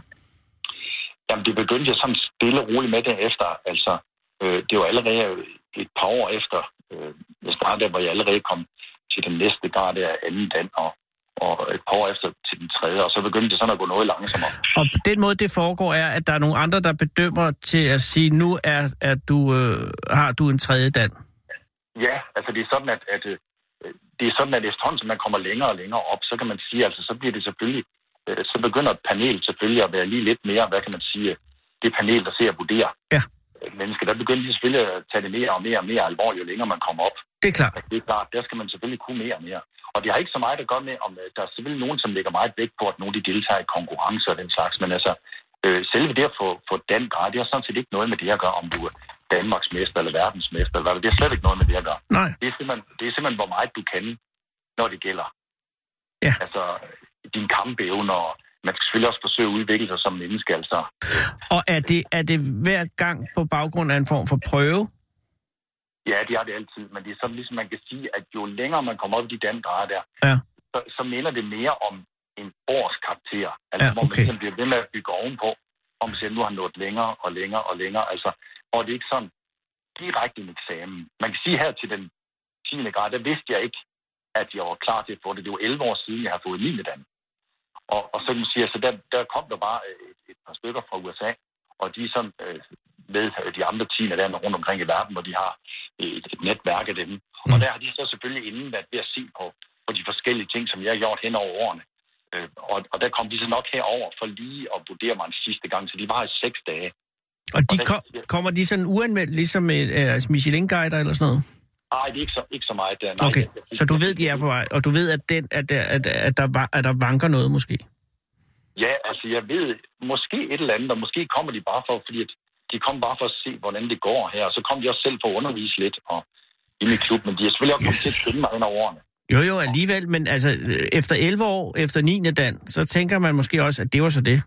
Jamen, det begyndte jeg sådan stille og roligt med derefter. Altså, øh, det var allerede et par år efter, øh, jeg startede, hvor jeg allerede kom til den næste grad der anden dan, og og et par år efter til den tredje, og så begyndte det sådan at gå noget langsommere. Og på den måde, det foregår, er, at der er nogle andre, der bedømmer til at sige, nu er, er du, øh, har du en tredje dan? Ja, altså det er sådan, at, at det er sådan, at efterhånden, som man kommer længere og længere op, så kan man sige, altså så bliver det selvfølgelig, øh, så begynder et panel selvfølgelig at være lige lidt mere, hvad kan man sige, det panel, der ser og vurderer ja. mennesker, der begynder de selvfølgelig at tage det mere og mere og mere alvorligt, jo længere man kommer op. Det er klart. Det er klart, der skal man selvfølgelig kunne mere og mere. Og det har ikke så meget at gøre med, om der er selvfølgelig nogen, som lægger meget vægt på, at nogle de deltager i konkurrence og den slags. Men altså, øh, selve det at få, få den grad, det har sådan set ikke noget med det at gøre, om du er Danmarks mester eller verdensmester. Eller hvad. Det har slet ikke noget med det at gøre. Nej. Det er simpelthen, det er simpelthen hvor meget du kan, når det gælder. Ja. Altså, din kampevne, og man skal selvfølgelig også forsøge at udvikle sig som menneske. Altså. Og er det, er det hver gang på baggrund af en form for prøve? Ja, det er det altid, men det er sådan ligesom man kan sige, at jo længere man kommer op i de den grad der, ja. så, så minder det mere om en årskarakter. Altså, ja, okay. hvor man ligesom bliver ved med at bygge ovenpå, om man siger, nu har nået længere og længere og længere. Altså, og det er ikke sådan direkte en eksamen. Man kan sige her til den tiende grad, der vidste jeg ikke, at jeg var klar til at få det. Det var elleve år siden, jeg har fået niende dan. Og, og så kan man sige, altså, der, der kom der bare et, et par stykker fra U S A, og de er sådan øh, med de andre tiende der rundt omkring i verden, hvor de har et, et netværk af dem. Mm. Og der har de så selvfølgelig inden været ved at se på, på de forskellige ting, som jeg har gjort hen over årene. Øh, og, og der kom de så nok herover for lige at vurdere mig en sidste gang, så de var i seks dage. Og de og kom, der, kommer de sådan uanmeldt, ligesom med øh, Michelin-guider eller sådan noget? Nej, det er ikke så, ikke så meget. Der. Nej, okay, jeg, jeg, så du ved, de er på vej, og du ved, at, den, at, der, at, at, der, at der vanker noget måske? Ja, altså jeg ved måske et eller andet, og måske kommer de bare for, fordi at de kom bare for at se, hvordan det går her, og så kom de også selv for at undervise lidt og inde i klubben, men de har selvfølgelig også kommet til at finde mig ind over årene. Jo, jo, alligevel, men altså efter elleve år, efter niende dan, så tænker man måske også, at det var så det.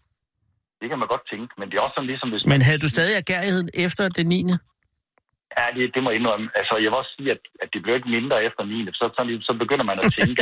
Det kan man godt tænke, men det er også sådan ligesom, hvis man... Men havde du siger, stadig ærgerigheden efter det niende? Ja, det, det må jeg indrømme. Altså, jeg vil også sige, at, at det bliver ikke mindre efter niende, så, så, så begynder man at tænke.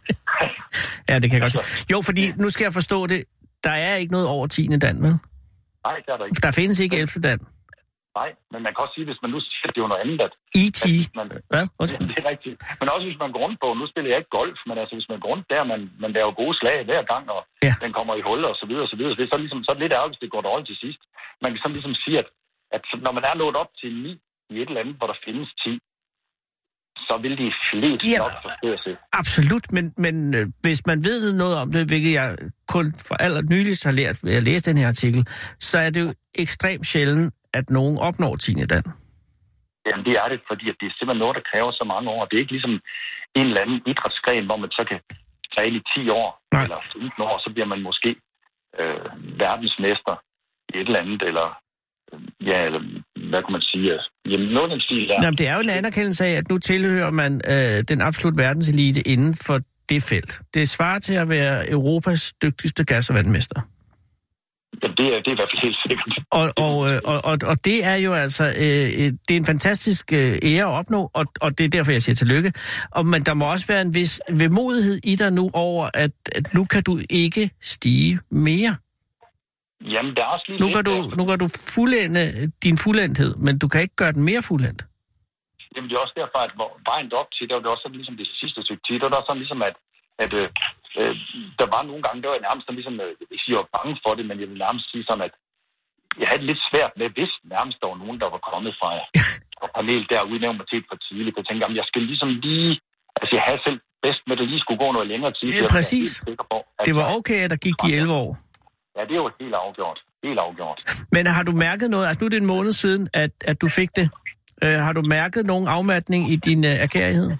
Ja, det kan jeg altså, godt. Jo, fordi nu skal jeg forstå det, der er ikke noget over tiende dan, vel? Nej, det er der ikke. Der findes ikke ellevte dan. Nej, men man kan også sige, hvis man nu siger, at det er noget andet, at... E T Man, Hvad? Ja, det er rigtigt. Men også hvis man går rundt på, nu spiller jeg ikke golf, men altså hvis man går rundt der, man, man laver gode slag hver gang, og ja. Den kommer i huller og så videre og så videre, så det er så, ligesom, så er det lidt ærgerligt, hvis det går dårligt til sidst. Man kan sådan ligesom sige, at, at når man er nået op til ni i et eller andet, hvor der findes ti, så vil de fleste Ja, nok forstå sig. Absolut, men, men øh, hvis man ved noget om det, hvilket jeg kun for aller nyligst har lært ved at læse den her artikel, så er det jo ekstremt sjældent, at nogen opnår tiende dan. Jamen det er det, fordi at det er simpelthen noget, der kræver så mange år. Det er ikke ligesom en eller anden idrætsgren, hvor man så kan træne i ti år Nej. eller femten år, så bliver man måske øh, verdensmester i et eller andet, eller ja, eller hvad kunne man sige? Jamen noget af den stil der. Jamen, det er jo en anerkendelse af, at nu tilhører man øh, den absolut verdenselite inden for det felt. Det svarer til at være Europas dygtigste gas- og vandmester. Jamen, det er, det er i hvert fald helt sikkert. Og, og, og, og, og det er jo altså øh, det er en fantastisk øh, ære at opnå, og, og det er derfor, jeg siger tillykke. Og, men der må også være en vis vemodighed i dig nu over, at, at nu kan du ikke stige mere. Jamen, der er også lige nu kan, du, nu kan du fuldende din fuldendthed, men du kan ikke gøre den mere fuldendt. Jamen, det er også derfor, at vejen op til, der var det også sådan, ligesom det sidste stykke tid, der var sådan ligesom, at, at øh, øh, der var nogle gange, der var nærmest sådan ligesom, øh, jeg siger, jeg var bange for det, men jeg vil nærmest sige sådan, at jeg havde det lidt svært med, hvis nærmest der var nogen, der var kommet fra og panel der udnævnt mig til for tidligt. Jeg tænkte, jeg skal ligesom lige, altså jeg havde selv bedst med, at det lige skulle gå noget længere tid. Ja, præcis. På, det var okay, at der gik de elleve år. Ja, det er jo helt afgjort. Helt afgjort. Men har du mærket noget, altså nu er det en måned siden, at, at du fik det. Øh, har du mærket nogen afmatning i din øh, erkærighed?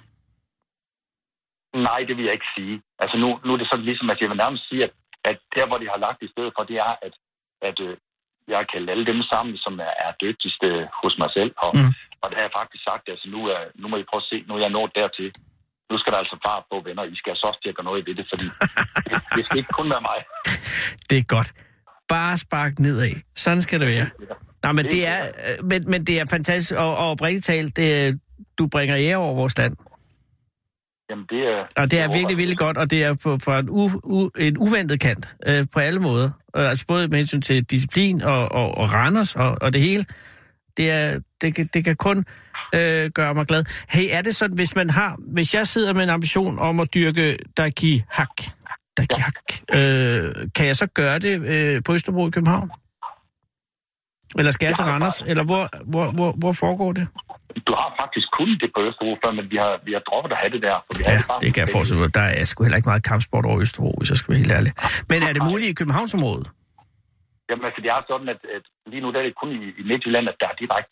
Nej, det vil jeg ikke sige. Altså nu, nu er det sådan ligesom, at jeg vil nærmest sige, at, at der, hvor de har lagt i stedet for, det er, at, at øh, jeg har kaldt alle dem sammen, som er, er dygtigste hos mig selv. Og, mm. og der har jeg faktisk sagt, at altså, nu, er, nu må I prøve at se, nu er jeg nået dertil. Nu skal der altså fart på, venner. I skal så også til at gøre noget ved det, fordi det, det skal ikke kun være mig. Det er godt. Bare spark nedad. Sådan skal det være. Nej, men det er, men, men det er fantastisk, og, og oprigtigt talt, det, du bringer ære over vores land. Jamen, det er... Og det er virkelig, virkelig godt, og det er på, for en, u, u, en uventet kant, øh, på alle måder. Altså både med hensyn til disciplin og, og, og Randers og, og det hele. Det, er, det, kan, det kan kun øh, gøre mig glad. Hey, er det sådan, hvis man har, hvis jeg sidder med en ambition om at dyrke Daki Hak, Daki Hak, øh, kan jeg så gøre det øh, på Østerbro i København? Eller skal jeg til Randers? Eller hvor, hvor, hvor, hvor foregår det? Du har faktisk kun det på Østerbro før, men vi har, vi har droppet at have det der. For vi ja, har det, det kan jeg forestille mig. Der er sgu heller ikke meget kampsport over Østerbro, hvis jeg skal være helt ærlig. Men er det muligt i Københavnsområdet? Jamen altså, det er sådan, at, at lige nu der er det kun i, i Midtjylland, at der er direkte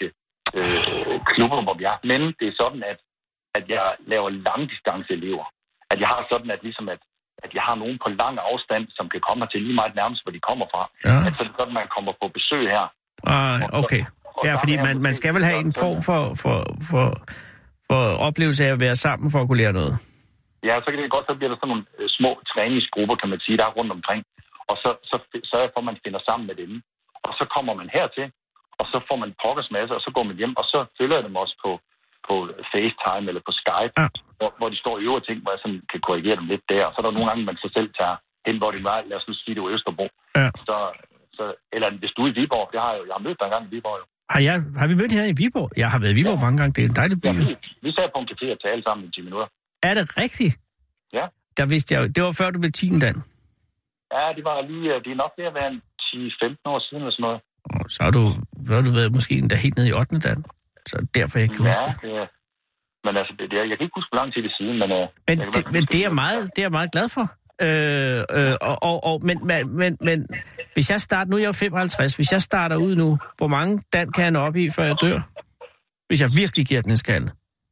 øh, klubber, hvor vi er. Men det er sådan, at, at jeg laver langdistanceelever. At jeg har sådan, at ligesom at, at jeg har nogen på lang afstand, som kan komme her til lige meget nærmest, hvor de kommer fra. Ja. At så er det sådan, at man kommer på besøg her. Ah, okay. Ja, fordi man, man skal vel have en form for, for, for, for oplevelse af at være sammen for at kunne lære noget. Ja, så kan det godt, så bliver der sådan nogle øh, små træningsgrupper, kan man sige, der er rundt omkring. Og så, så sørger jeg for, at man finder sammen med dem. Og så kommer man hertil, og så får man pokkers masse, og så går man hjem, og så følger jeg dem også på, på FaceTime eller på Skype, ja. hvor, hvor de står i øvrigt ting, hvor jeg sådan kan korrigere dem lidt der. Og så er der nogle gange, man sig selv tager hen, hvor de var, lad os nu sige, det var Østerbro. Ja. Så, så, eller hvis du er i Viborg, det har jeg jo, jeg har mødt dig en gang i Viborg jo. Har, jeg, har vi mødt her i Viborg? Jeg har været i Viborg ja. mange gange, det er en dejlig by. Ja, vi, vi sad på en café og talte sammen i ti minutter. Er det rigtigt? Ja. Der vidste jeg jo, det var før du blev tiende dan. Ja, det var lige, det er nok ved at være en ti til femten år siden eller sådan noget. Og så har du, så har du været måske endda helt nede i ottende dan. Så derfor jeg ikke kan ja, huske det. Ja, men altså, det, det er, jeg kan ikke huske, hvor lang tid det er siden, men... Men, det, men det, er meget, det er jeg meget glad for. Øh, øh, og, og, og, men, men, men hvis jeg starter, nu er jeg jo femoghalvtreds, hvis jeg starter ud nu, hvor mange dan kan jeg nå op i, før jeg dør? Hvis jeg virkelig giver den en skalle.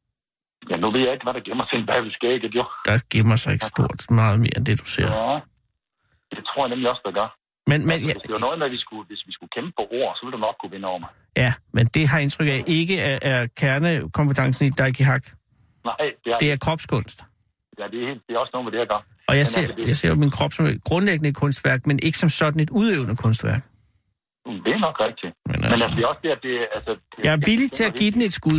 Ja, nu ved jeg ikke, hvad der gemmer sig en bagvildskægget, jo. Der gemmer sig ikke stort meget mere, end det du ser. Ja, det tror jeg nemlig også, der gør. Men, men, altså, hvis det var noget med, at vi skulle, hvis vi skulle kæmpe på ord, så ville du nok kunne vinde over mig. Ja, men det har indtryk af ikke er, er kernekompetencen i Daki Hak. Nej, det er Det er kropskunst. Ja, det er, helt, det er også noget med det, jeg gør. Og jeg ser, altså, det... jeg ser jo min krop som et grundlæggende kunstværk, men ikke som sådan et udøvende kunstværk. Det er nok rigtigt. Men altså, men altså det er også det, at det... Altså, det jeg er villig det, til at give den et skud.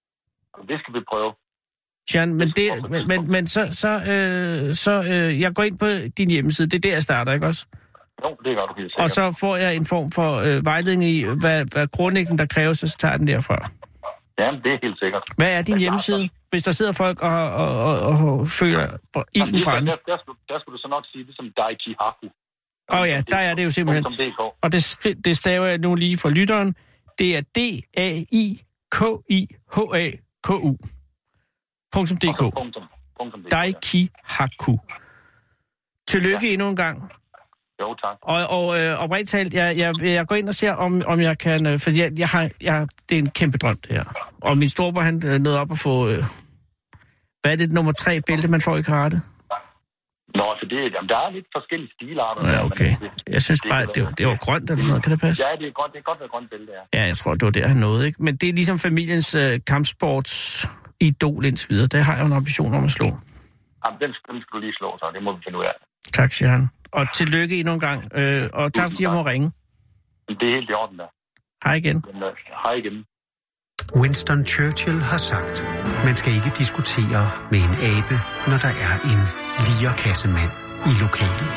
Det skal vi prøve. Jan, men, det, men, men, men så... så, øh, så øh, jeg går ind på din hjemmeside. Det er der, jeg starter, ikke også? Jo, det gør du helt sikkert. Og så får jeg en form for øh, vejledning i, hvad, hvad grundlæggende der kræves, så tager den derfra. Jamen, det er helt sikkert. Hvad er din men hjemmeside, der, hvis der sidder folk og, og, og, og føler ilden fra den? Der, der, skulle, der skulle du så nok sige, ligesom Daki Haku. Åh oh ja, der er det jo simpelthen. Og det, det staver jeg nu lige for lytteren. Det er D A I K I H A K U. punktum d k. Daiki Haku. Tillykke ja. endnu en gang. Jo, tak. Og, og øh, oprigtigt talt, jeg, jeg, jeg går ind og ser, om, om jeg kan... Øh, for jeg, jeg har, jeg, det er en kæmpe drøm, det her. Og min storebror, han øh, nåede op at få... Øh, hvad er det nummer tre bælte, man får i karate? Nå, så det, jamen, der er lidt forskellige stilarter. Ja, okay. Det, jeg synes det, bare, det, det, var, det var grønt eller sådan noget. Kan det passe? Ja, det er godt, det er godt med grønt bælte, ja. Ja, jeg tror, det var der, han nåede, ikke? Men det er ligesom familiens øh, kampsports idol indtil videre. Der har jeg jo en ambition om at slå. Jamen, den skal, den skal du lige slå, så det må vi finde ud af. Tak, siger han. Og tillykke endnu en gang. Øh, og tak, fordi jeg må ringe. Det er helt i orden, der. Hej igen. Men, uh, hej igen. Winston Churchill har sagt, man skal ikke diskutere med en abe, når der er en lierkassemand i lokalet.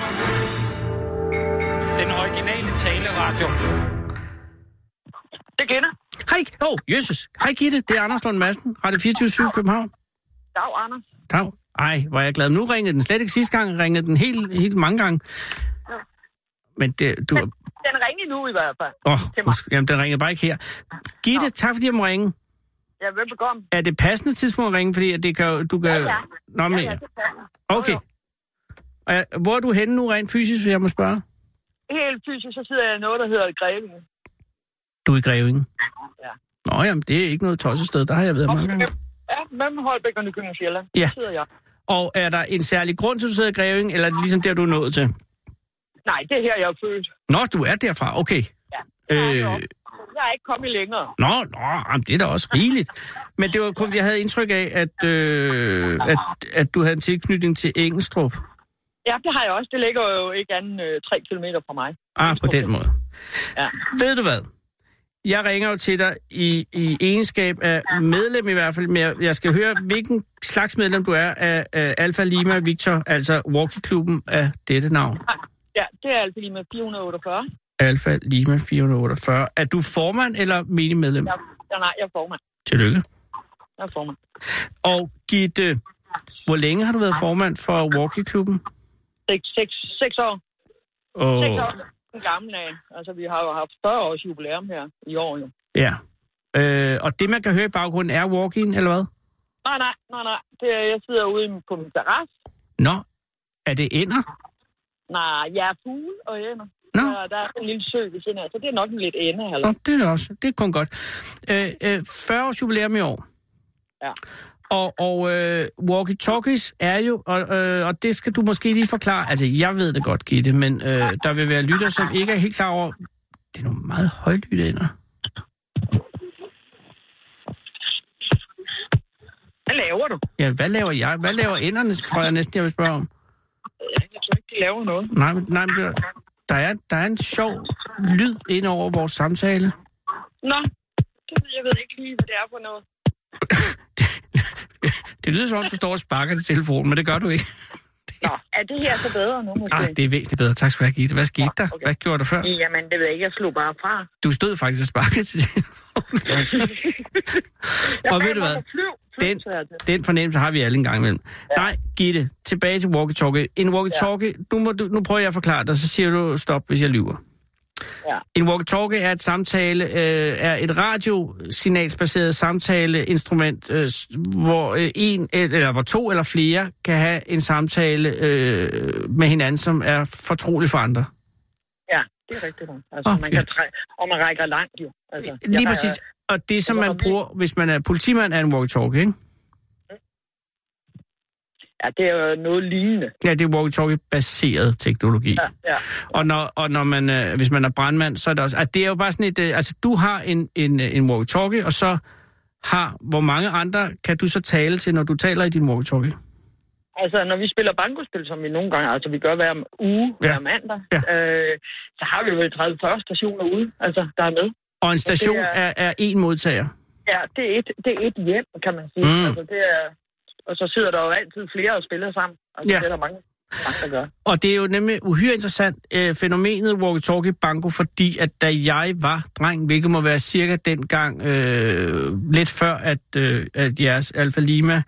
Den originale taleradio. Det kender. Hej. Åh, oh, Jesus. Hej, Gitte. Det er Anders Lund Madsen. Radio fireogtyve syv København. Dag, Anders. Dag. Ej, hvor er jeg glad. Nu ringede den slet ikke sidste gang. Ringede den helt, helt mange gange. Ja. Men det, du... Den, den ringer nu i hvert fald. Åh, oh, jamen, den ringer bare ikke her. Gitte, Nå. Tak fordi jeg må ringe. Ja, velbekomme. Er det passende tidspunkt at ringe, fordi det kan, du kan... Ja, ja. Nå, men... ja, ja, det okay. Og jeg, hvor er du henne nu rent fysisk, hvis jeg må spørge? Helt fysisk, så sidder jeg i noget, der hedder Grevinge. Du er i Grevinge? Ja. Nå, jamen, det er ikke noget tosset sted. Der har jeg været mange gange. Ja, mellem Holbæk og Nykøbing Sjælland. Ja. Der sidder jeg. Og er der en særlig grund til, at du sidder i Grevinge, eller er det ligesom der, du er nået til? Nej, det er her, jeg er født. Nå, du er derfra. Okay. Ja. Øh... Jeg er ikke kommet længere. Nå, nå jamen, det er da også rigeligt. Men det var kun, jeg havde indtryk af, at, øh, at, at du havde en tilknytning til Engelstrup. Ja, det har jeg også. Det ligger jo ikke anden øh, tre kilometer fra mig. Ah, på den måde. Ja. Ved du hvad? Jeg ringer jo til dig i, i egenskab af medlem i hvert fald, men jeg, jeg skal høre, hvilken slags medlem du er af, af Alfa Lima Victor, altså walkie-klubben af dette navn. Ja, det er Alfa Lima fire hundrede otteogfyrre. Alfa Lima fire hundrede otteogfyrre. Er du formand eller menig medlem? Ja, ja, nej, jeg er formand. Tillykke. Jeg er formand. Og Gitte, hvor længe har du været formand for walkie-klubben? Seks, seks, seks år. Og... Seks år. Den gamle af. Altså, vi har jo haft fyrre års jubilæum her i år jo. Ja. Øh, og det, man kan høre i baggrunden, er walkien, eller hvad? Nej, nej, nej, nej. Det er, jeg sidder ude på min terrasse. Nå, er det ænder? Nej, jeg er fugle og ænder. Nå. Der, der er en lille sø ved siden af, så det er nok en lidt ende. Eller? Nå, det er det også. Det er kun godt. Øh, øh, fyrre års jubilæum i år. Ja. Og, og øh, walkie-talkies er jo, og, øh, og det skal du måske lige forklare, altså jeg ved det godt, Gitte, men øh, der vil være lytter, som ikke er helt klar over, det er nogle meget højlytte ender. Hvad laver du? Ja, hvad laver jeg? Hvad laver enderne, tror jeg næsten, jeg vil spørge om. Jeg tror ikke, de laver noget. Nej, men, nej, men der, er, der er en sjov lyd ind over vores samtale. Nå, det, jeg ved ikke lige, hvad det er for noget. Det lyder som om, du står og sparker til telefonen, men det gør du ikke. Nå, er det her så bedre nu måske? Ah, det er væsentligt bedre. Tak skal du have, Gitte. Hvad skete der? Okay. Hvad gjorde du før? Jamen, det ved jeg ikke. Jeg slog bare fra. Du stod faktisk og sparkede til telefonen. Og ved du hvad? Den, den fornemmelse har vi alle en gang imellem. Ja. Nej, Gitte, tilbage til walkie-talkie. En walkie-talkie, ja. nu, må du, nu prøver jeg at forklare dig, så siger du stop, hvis jeg lyver. Ja. En walkie-talkie er et samtale, øh, er et radiosignalsbaseret samtaleinstrument, øh, hvor øh, en eller hvor to eller flere kan have en samtale øh, med hinanden, som er fortrolig for andre. Ja, det er rigtigt. Altså, okay. man kan træ- og man rækker langt jo. Altså, lige præcis. Og det, som man bruger, hvis man er politimand, er en walkie-talkie, ikke? Ja, det er jo noget lignende. Ja, det er walkie-talkie-baseret teknologi. Ja, ja. Og, når, og når man, øh, hvis man er brandmand, så er det også... Altså, det er jo bare sådan et... Øh, altså, du har en, en, en walkie-talkie, og så har... Hvor mange andre kan du så tale til, når du taler i din walkie-talkie? Altså, når vi spiller bankospil, som vi nogle gange... Altså, vi gør hver uge, ja. hver mandag. Ja. Øh, så har vi jo tredive fyrre stationer ude, altså, der er med. Og en station og er, er, er én modtager? Ja, det er et, det er et hjem, kan man sige. Mm. Altså, det er... Og så sidder der jo altid flere og spiller sammen. Altså, ja. Det er der mange, mange, der gør. Og det er jo nemlig uhyre interessant øh, fænomenet walkie-talkie banko, fordi at da jeg var dreng, hvilket må være cirka dengang, øh, lidt før, at, øh, at jeres Alfa Lima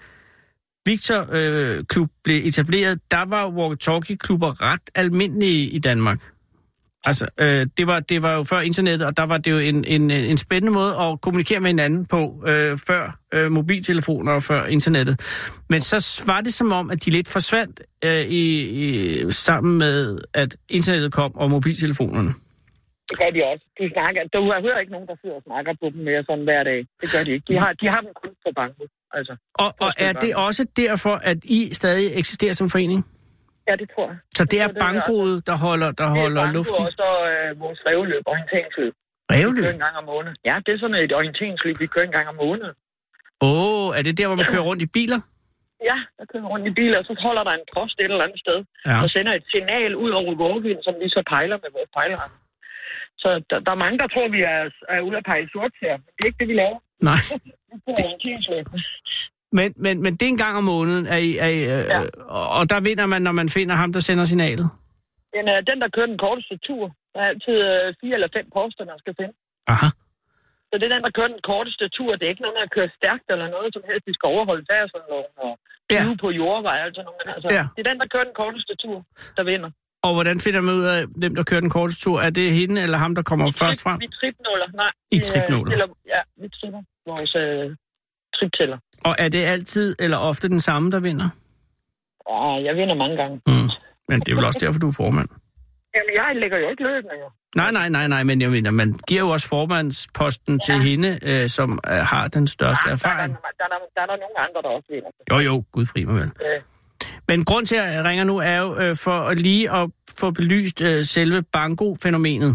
Victor-klub øh, blev etableret, der var walkie-talkie-klubber ret almindelige i Danmark. Altså, øh, det, var, det var jo før internettet, og der var det jo en, en, en spændende måde at kommunikere med hinanden på, øh, før øh, mobiltelefoner og før internettet. Men så var det som om, at de lidt forsvandt øh, i, i, sammen med, at internettet kom og mobiltelefonerne. Det gør de også. De snakker, du hører ikke nogen, der sidder og snakker på dem mere sådan hver dag. Det gør de ikke. De har, de har dem kun på banken. Altså, og og er det også derfor, at I stadig eksisterer som forening? Ja, det tror jeg. Så det er bankoet, der holder, der holder luften? Det er bankoet, og så øh, vores revløb, orienteringsløb. Revløb? Vi kører en gang om måneden. Ja, det er sådan et orienteringsløb, vi kører en gang om måneden. Åh, oh, er det der, hvor man kører rundt i biler? Ja, der kører rundt i biler, og så holder der en post et eller andet sted, ja. Og sender et signal ud over Vågevind, som vi så pejler med vores pejleramme. Så der, der er mange, der tror, vi er, er ude at pejle sort her. Det er ikke det, vi laver. Nej. Vi kører orienteringsløb. Men, men, men det er en gang om måneden, er I, er I, øh, ja. Og der vinder man, når man finder ham, der sender signalet? Den, øh, den der kører den korteste tur. Der er altid øh, fire eller fem poster, man skal finde. Aha. Så det er den, der kører den korteste tur. Det er ikke noget med at køre stærkt eller noget som helst. De skal overholde færdselsloven og flyve ja. På jordvej. Altså, altså, ja. Det er den, der kører den korteste tur, der vinder. Og hvordan finder man ud af, hvem der kører den korteste tur? Er det hende eller ham, der kommer vi først trip, frem? Vi tripnåler, nej. I tripnåler? Ja, vi tripper vores øh, triptæller. Og er det altid eller ofte den samme, der vinder? Ja, jeg vinder mange gange. Mm. Men det er vel også derfor, du er formand? Jamen, jeg lægger jo ikke løbende, jo. Nej, nej, nej, nej, men jeg mener, man giver jo også formandsposten ja. Til hende, øh, som øh, har den største ja, erfaring. Der er, der, der, der er der nogle andre, der også vinder. Jo, jo, gud fri mig vel. Ja. Men grund til, at jeg ringer nu, er jo øh, for lige at få belyst øh, selve banko-fænomenet.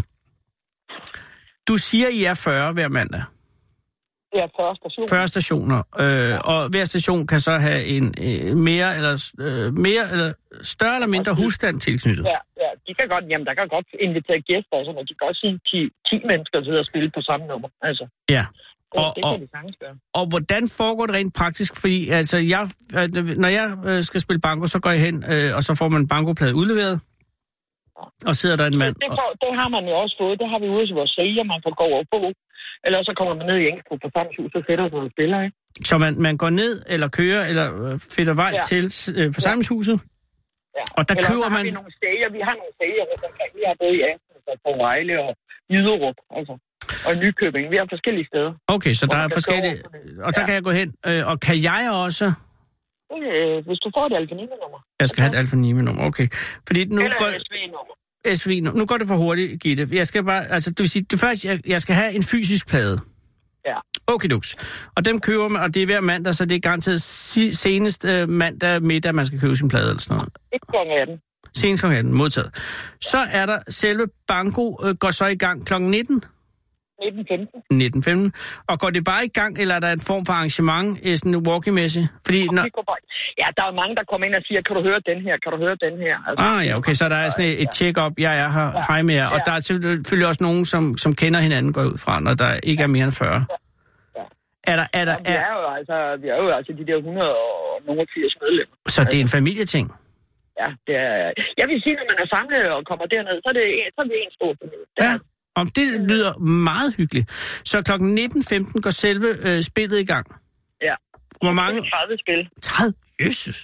Du siger, I er fyrre hver mandag. Ja, fyrre stationer. fyrre stationer, øh, ja. Og hver station kan så have en øh, mere eller øh, mere eller større eller mindre husstand tilknyttet. Ja, ja, de kan godt, jamen der kan godt invitere gæster og sådan, og de kan også sige ti, ti mennesker sidder og spille på samme nummer. Altså. Ja. Det, og, det kan og, de sagtens gøre. Og hvordan foregår det rent praktisk? Fordi altså, jeg, når jeg øh, skal spille banko, så går jeg hen, øh, og så får man en bankoplade udleveret, og sidder der en mand. Det, det, det har man jo også fået. Det har vi ude til vores sælger, man kan gå over på. Eller så kommer man ned i Engelsbro på forsamlingshus, så sætter sig og spiller, ikke? Så man, man går ned, eller kører, eller finder vej ja. Til øh, forsamlingshuset? Ja. Og der eller køber så har man... vi nogle sælger. Vi har nogle sælger rundt omkring. Vi har både i Assens og på Vejle og Jyderup, altså. Og Nykøbing. Vi har forskellige steder. Okay, så der er forskellige... Og der ja. Kan jeg gå hen. Øh, og kan jeg også... Øh, hvis du får et alfa-Nime-nummer. Jeg skal have et alfa-Nime-nummer, okay. Fordi nu eller går... S V-nummer. S V, nu går det for hurtigt, Gitte. Jeg skal bare, altså, det vil sige, det første, jeg, jeg skal have en fysisk plade. Ja. Okay, duks. Og dem køber man, og det er hver mandag, så det er garanteret si, senest uh, mandag middag, man skal købe sin plade eller sådan noget. Ikke klokken atten. Senest klokken atten, modtaget. Så er der selve banko, uh, går så i gang klokken nitten. nitten femten. nitten femten. Og går det bare i gang, eller er der en form for arrangement, sådan en walkie-mæssigt? Fordi når... Ja, der er mange, der kommer ind og siger, kan du høre den her, kan du høre den her? Altså, ah ja, okay, så der er sådan et, et check-up, jeg er her, ja. Hej med jer. Og ja. Der er selvfølgelig også nogen, som, som kender hinanden, går ud fra, når der ikke er mere end fyrre. Ja. Ja. Er der, er der, ja, vi, er jo altså, vi er jo altså de der hundrede og firs medlemmer. Så det er en familieting? Ja, det er... Jeg vil sige, når man er samlet og kommer derned, så er det, så er det en stor familie. Ja. Om det lyder meget hyggeligt. Så klokken nitten femten går selve øh, spillet i gang? Ja. Hvor mange? tredive spil. tredive? Jesus.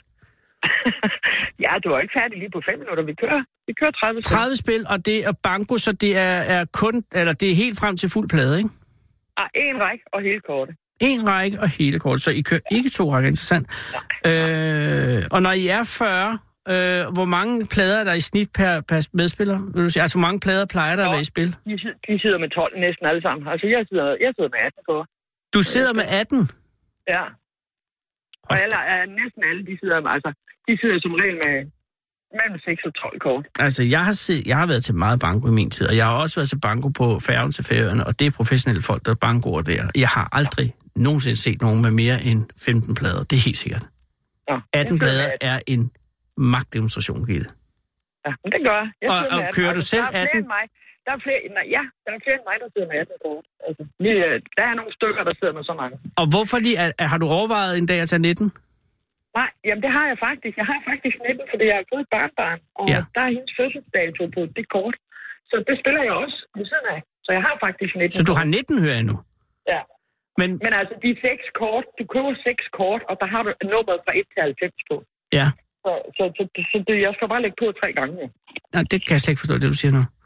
Ja, det var ikke færdigt lige på fem minutter. Vi kører, vi kører tredive spil. tredive spil, og det er banko, så det er, er kun, eller det er helt frem til fuld plade, ikke? Ah, en række og hele kortet. En række og hele kortet, så I kører ja. Ikke to rækker, interessant. Øh, og når I er fyrre, øh, hvor mange plader er der i snit per, per medspiller? Vil du sige? Altså, hvor mange plader plejer der at være i spil? De, de sidder med tolv næsten alle sammen. Altså, jeg sidder, jeg sidder med atten på. Du sidder med atten? Ja. Og alle, næsten alle, de sidder, altså, de sidder som regel med mellem seks og tolv kort. Altså, jeg har, set, jeg har været til meget banko i min tid, og jeg har også været til banko på færgen til Færøerne, og det er professionelle folk, der bankoer der. Jeg har aldrig nogensinde set nogen med mere end femten plader. Det er helt sikkert. Ja, atten plader er en magtdemonstration, Gitte. Ja, men det gør jeg. Og, og kører du selv atten? Der er flere, nej, ja, der er flere end mig, der sidder med atten kort. Altså, der er nogle stykker, der sidder med så mange. Og hvorfor lige, er, har du overvejet en dag at tage nitten? Nej, jamen det har jeg faktisk. Jeg har faktisk nitten, fordi jeg har fået et barnbarn, og ja. Der er hendes fødselsdato på det kort. Så det spiller jeg også ved siden af. Så jeg har faktisk nitten. Så du har nitten, hører jeg nu? Ja. Men, Men altså, de seks kort, du køber seks kort, og der har du nummeret fra et til halvfems på. Ja. Så, så, så, så det, jeg skal bare lægge på tre gange. Nej, det kan jeg slet ikke forstå, det du siger nu.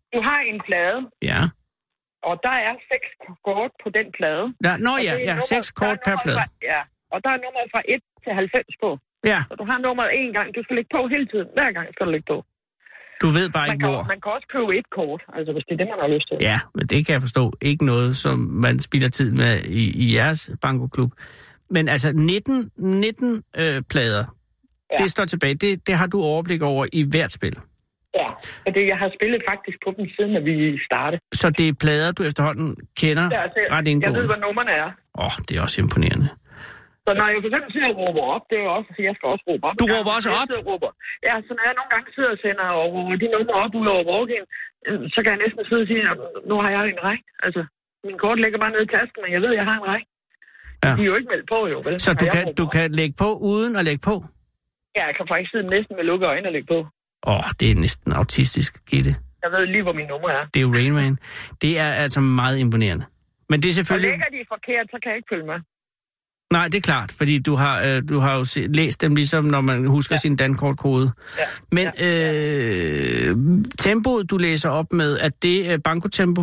Du har en plade. Ja. Og der er seks kort på den plade. Der, nå ja, ja, nummer, seks kort per plade. Fra, ja, og der er nummeret fra et til halvfems på. Ja. Så du har nummeret en gang. Du skal lægge på hele tiden. Hver gang skal du lægge på. Du ved bare man ikke, kan, hvor. Man kan også købe et kort, altså hvis det er det, man har lyst til. Ja, men det kan jeg forstå. Ikke noget, som man spilder tid med i, i jeres bankoklub. Men altså nitten, nitten øh, plader, ja. Det står tilbage. Det, det har du overblik over i hvert spil. Ja, og det, jeg har spillet faktisk på dem siden, at vi startede. Så det er plader, du efterhånden kender ja, altså, ret indgående? Jeg ved, hvad nummerne er. Åh, oh, det er også imponerende. Så når jeg for eksempel sidder og råber op, det er jo også, at jeg skal også råbe op. Du råber også op? Jeg råber. Ja, så når jeg nogle gange sidder og sender og råber de numre op ud over walk-in, så kan jeg næsten sidde og sige, at nu har jeg en række. Altså, min kort ligger bare nede i tasken, men jeg ved, at jeg har en række. Ja. De er jo ikke meldt på, jo. Vel? Så du kan, du kan lægge på uden at lægge på? Ja, jeg kan faktisk sidde næsten med lukkede øjne og lægge på. Åh, oh, det er næsten autistisk, Gitte. Jeg ved lige, hvor min nummer er. Det er jo Rain Man. Det er altså meget imponerende. Men det er selvfølgelig... Og ligger de forkert, så kan jeg ikke følge med. Nej, det er klart, fordi du har, øh, du har jo se, læst dem ligesom, når man husker ja. sin dankortkode. Ja. Men ja. Øh, tempoet, du læser op med, er det øh, bankotempo?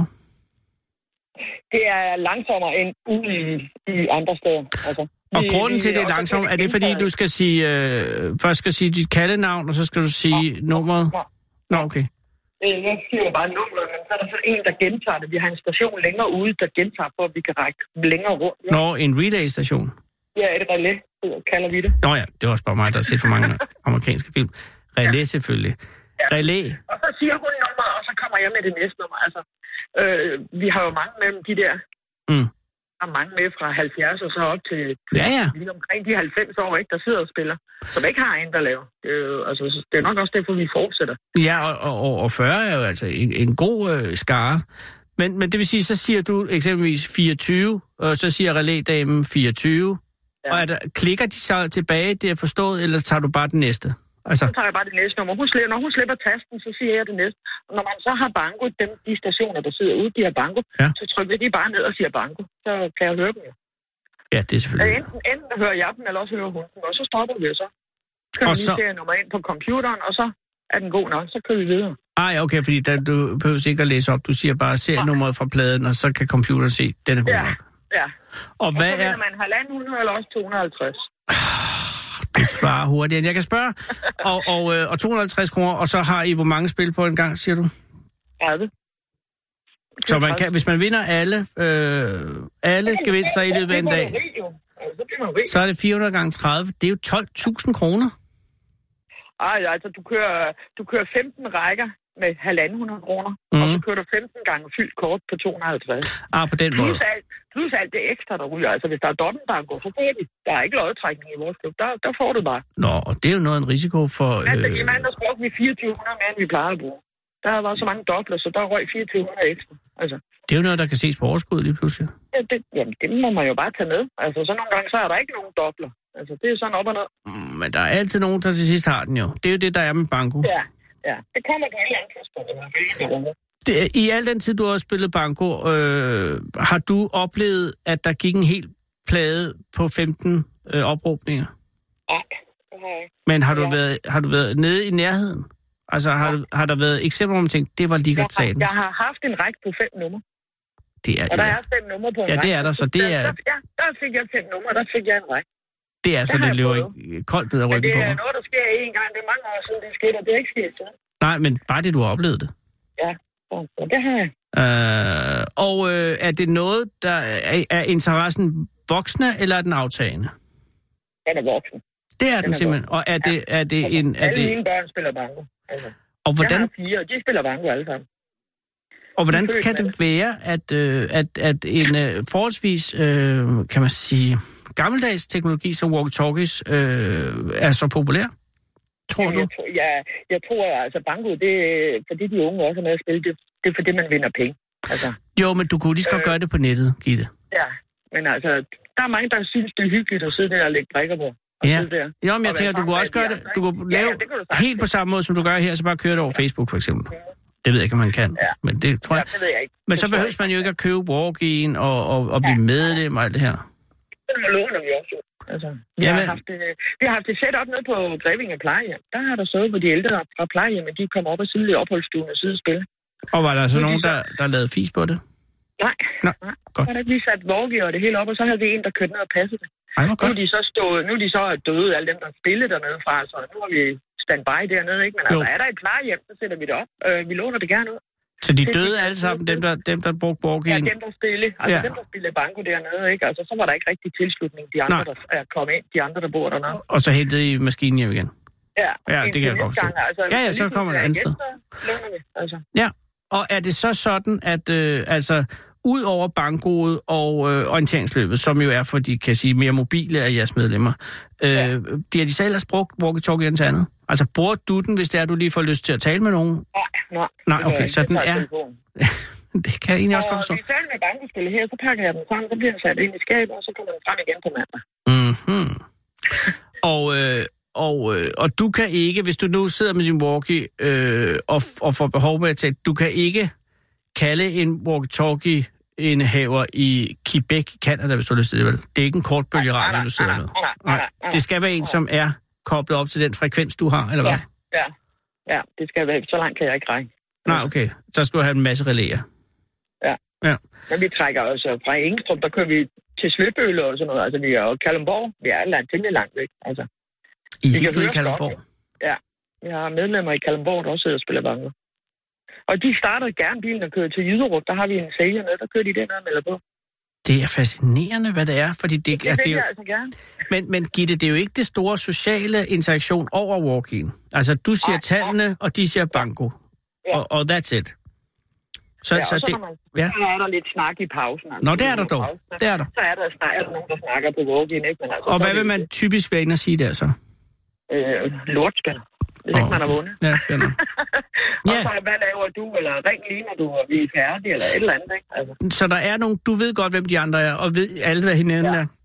Det er langsommere end ude i, i andre steder. Altså, og vi, grunden vi, til, det er langsomt, er det fordi, du skal sige, øh, først skal sige dit kaldenavn, og så skal du sige ja. nummeret? Ja. Nå, okay. Jeg siger bare nummeret, men så er der så en, der gentager det. Vi har en station længere ude, der gentager, for at vi kan række længere rundt. Ja. Nå, en relay-station? Ja, et relæ, kalder vi det. Nå ja, det er også bare mig, der har set for mange amerikanske film. Relæ ja. selvfølgelig. Ja. Relæ. Og så siger hun nummer, og så kommer jeg med det næste nummer. Altså, øh, vi har jo mange med de der... Mm. Der er mange med fra halvfjerds og så op til... Ja, ja. Lige omkring de halvfems år, ikke, der sidder og spiller. Som ikke har en, der laver. Det er, jo, altså, det er nok også derfor, vi fortsætter. Ja, og, og, og fyrre er jo altså en, en god øh, skare. Men, men det vil sige, så siger du eksempelvis fireogtyve, og så siger relædamen fireogtyve. Ja. Og er der, klikker de så tilbage, det er forstået, eller tager du bare det næste? Altså... Så tager jeg bare det næste nummer. Hun slipper, når hun slipper tasten, så siger jeg det næste. Og når man så har banko, dem, de stationer, der sidder ude, de har banko, ja. Så trykker de bare ned og siger banko. Så kan jeg høre dem jo. Ja, det er selvfølgelig. Enten, enten der hører jeg dem, eller også hører hun dem, og så stopper vi så. Så kan vi lige se nummer ind på computeren, og så er den god nok. Så kører vi videre. Ej, okay, fordi der, du behøver ikke at læse op. Du siger bare, ser nummeret fra pladen, og så kan computeren se, den er god ja. nok. Ja. Og, og hvad så er... man halvanden hundrede eller også to hundrede og halvtreds. Du svarer hurtigt, end jeg kan spørge. Og, og, og to hundrede og halvtreds kroner, og så har I hvor mange spil på en gang, siger du? tredive. Så man kan, hvis man vinder alle, øh, alle gevinster i løbet af en dag, så er det fire hundrede gange tredive. Det er jo tolv tusind kroner. Ej, altså du kører, du kører femten rækker med halvanden hundrede kroner, mm. og så kører du femten gange fyldt kort på to hundrede og halvtreds. Ah, på den måde. Plus alt, plus alt det ekstra, der ryger. Altså hvis der er dobbeltbanko, så får de. Der er ikke lodtrækning i vores klub. Der, der får du bare. Nå, og det er jo noget en risiko for... Øh... Altså i mandags brugte vi fireogtyve hundrede mere, end vi plejer at bruge. Der har været så mange dobler, så der røg fireogtyve hundrede ekstra. Altså. Det er jo noget, der kan ses på overskud lige pludselig. Ja, det, jamen, det må man jo bare tage med. Altså, så nogle gange, så er der ikke nogen dobler. Altså, det er sådan op og ned. Mm, men der er altid nogen, der til sidst har den jo. Det er jo det, der er med banko. Ja, ja. Det kommer på en eller anden tidspunkt. Det, I al den tid, du har spillet banko, øh, har du oplevet, at der gik en hel plade på femten øh, opråbninger? Nej, det har jeg ikke. Men har du, ja. været, har du været nede i nærheden? Altså, har, ja. har der været eksempler, hvor man tænkte, det var lige godt taget? Jeg har haft en række på fem numre. Det er, og der ja. er fem numre på en Ja, det er der, så det er... Der, ja, der fik jeg fem numre, der fik jeg en række. Det er så, det løber ikke koldt ned ad ryggen på mig. Men det er noget, der sker en gang. Det er mange år siden, det skete, og det er ikke sket siden. Nej, men bare det, du har oplevet det. Ja, så det har jeg. Øh, og øh, er det noget, der er, er interessen voksne, eller er den aftagende? Den er voksen. Det er den, den er simpelthen. Voksen. Og er det, er det altså, en... Er alle det... mine børn spiller banko. Altså. Og hvordan... Jeg har fire, og de spiller banko alle sammen. Og hvordan kan det være, at, øh, at, at en øh, forholdsvis, øh, kan man sige, gammeldags teknologi som walkie-talkies øh, er så populær? Tror Jamen, du? Jeg, tror, jeg, jeg tror, altså banko, det er fordi de unge også er med at spille, det, det er fordi man vinder penge. Altså, jo, men du kunne lige så godt øh, gøre det på nettet, Gitte. Ja, men altså, der er mange, der synes, det er hyggeligt at sidde der og lægge brikker på. Ja, jo, men jeg tænker, du kunne også gøre det, du kunne lave ja, ja, det helt på samme måde, som du gør her, så bare køre det over Facebook, for eksempel. Ja. Det ved jeg ikke, om man kan, ja. men det tror jeg. Ja, det ved jeg ikke. Men så behøves man jo ikke at købe walk-in og, og, og blive ja. medlem og alt det her. Det låner vi også. Altså, vi, har haft, vi har haft det set op nede på Grevinge plejehjem. Der har der siddet på de ældre fra plejehjem, at de kommer op og sidde i opholdsstuen og sidde og spille. Og var der så nogen, der, der lavede fis på det? Nej, Nå, nej. godt. Så vi sat walkie og det hele op, og så havde vi en, der kørte ned og passede det. Ej, hvor godt. Nu er de så, stået, nu er de så døde, alle dem, der spillede dernede fra, så nu har vi standby dernede, ikke? Men jo. Altså, er der et plejehjem, så sætter vi det op. Øh, vi låner det gerne ud. Så de døde alle sammen, dem der, dem, der brugte walkien? Ja, dem, der spillede. Altså ja. dem, der spillede banko dernede, ikke? Altså, så var der ikke rigtig tilslutning, de andre, Nej. der er kommet ind, de andre, der bor dernede. Og så hentede I maskinen hjem igen? Ja, ja det kan jeg godt forstå. Altså, ja, ja, så kommer det andet sted. Vi, altså. Ja, og er det så sådan, at øh, altså, ud over bankoet og øh, orienteringsløbet, som jo er for de, kan sige, mere mobile af jeres medlemmer, øh, ja. bliver de så ellers brugt walkie-talkie til andet? Altså, bruger du den, hvis det er, du lige får lyst til at tale med nogen? Nej, nej. Nej, okay, så den er... det kan jeg egentlig også godt forstå. Og vi taler med bankospil her, så pakker jeg den sammen, så bliver den sat ind i skabet, og så kommer den frem igen på mandag. Mhm. og... Øh, Og, øh, og du kan ikke, hvis du nu sidder med din walkie øh, og, og får behov med at tale, du kan ikke kalde en walkie-talkie-indehaver i Quebec, Canada, hvis du har lyst til det, vel? Det er ikke en kortbølgeradio, du sidder med. Nej, det skal være en, som er koblet op til den frekvens, du har, eller hvad? Ja, ja, ja, det skal være. Så langt kan jeg ikke række. Nej, okay. Så skal du have en masse relæer. Ja. ja. Men vi trækker også fra Engstrup, der kører vi til Svøbøle og sådan noget. Altså, vi er jo Kalundborg. Vi er alle temmelig langt væk, altså. I er helt ude i Kalundborg? Ja, vi har medlemmer i Kalundborg, der også sidder og spiller banko. Og de starter gerne bilen og kører til Jyderup. Der har vi en sælger med, der kører de den og melder på. Det er fascinerende, hvad det er, fordi det, det, er, det det er jo... jeg altså gerne. Men, men Gitte, det er jo ikke det store sociale interaktion over walkien. Altså, du siger Ej, tallene, ja. og de siger banko. Ja. Og, og that's it. Så, ja, så, så, det, man, ja. så er der lidt snak i pausen. Altså. Nå, det er der dog. Det er der. Så er der, er der nogen, der snakker på walkien, ikke? Men altså, og hvad vil man typisk være inde og sige der så? Øh, lortspil, hvis oh, ikke man har vundet. Ja, fænder. og så, hvad laver du, eller ring lige, når du er vi er færdige, eller et eller andet, ikke? Altså. Så der er nogen, du ved godt, hvem de andre er, og ved alle, hvad hinanden ja. er?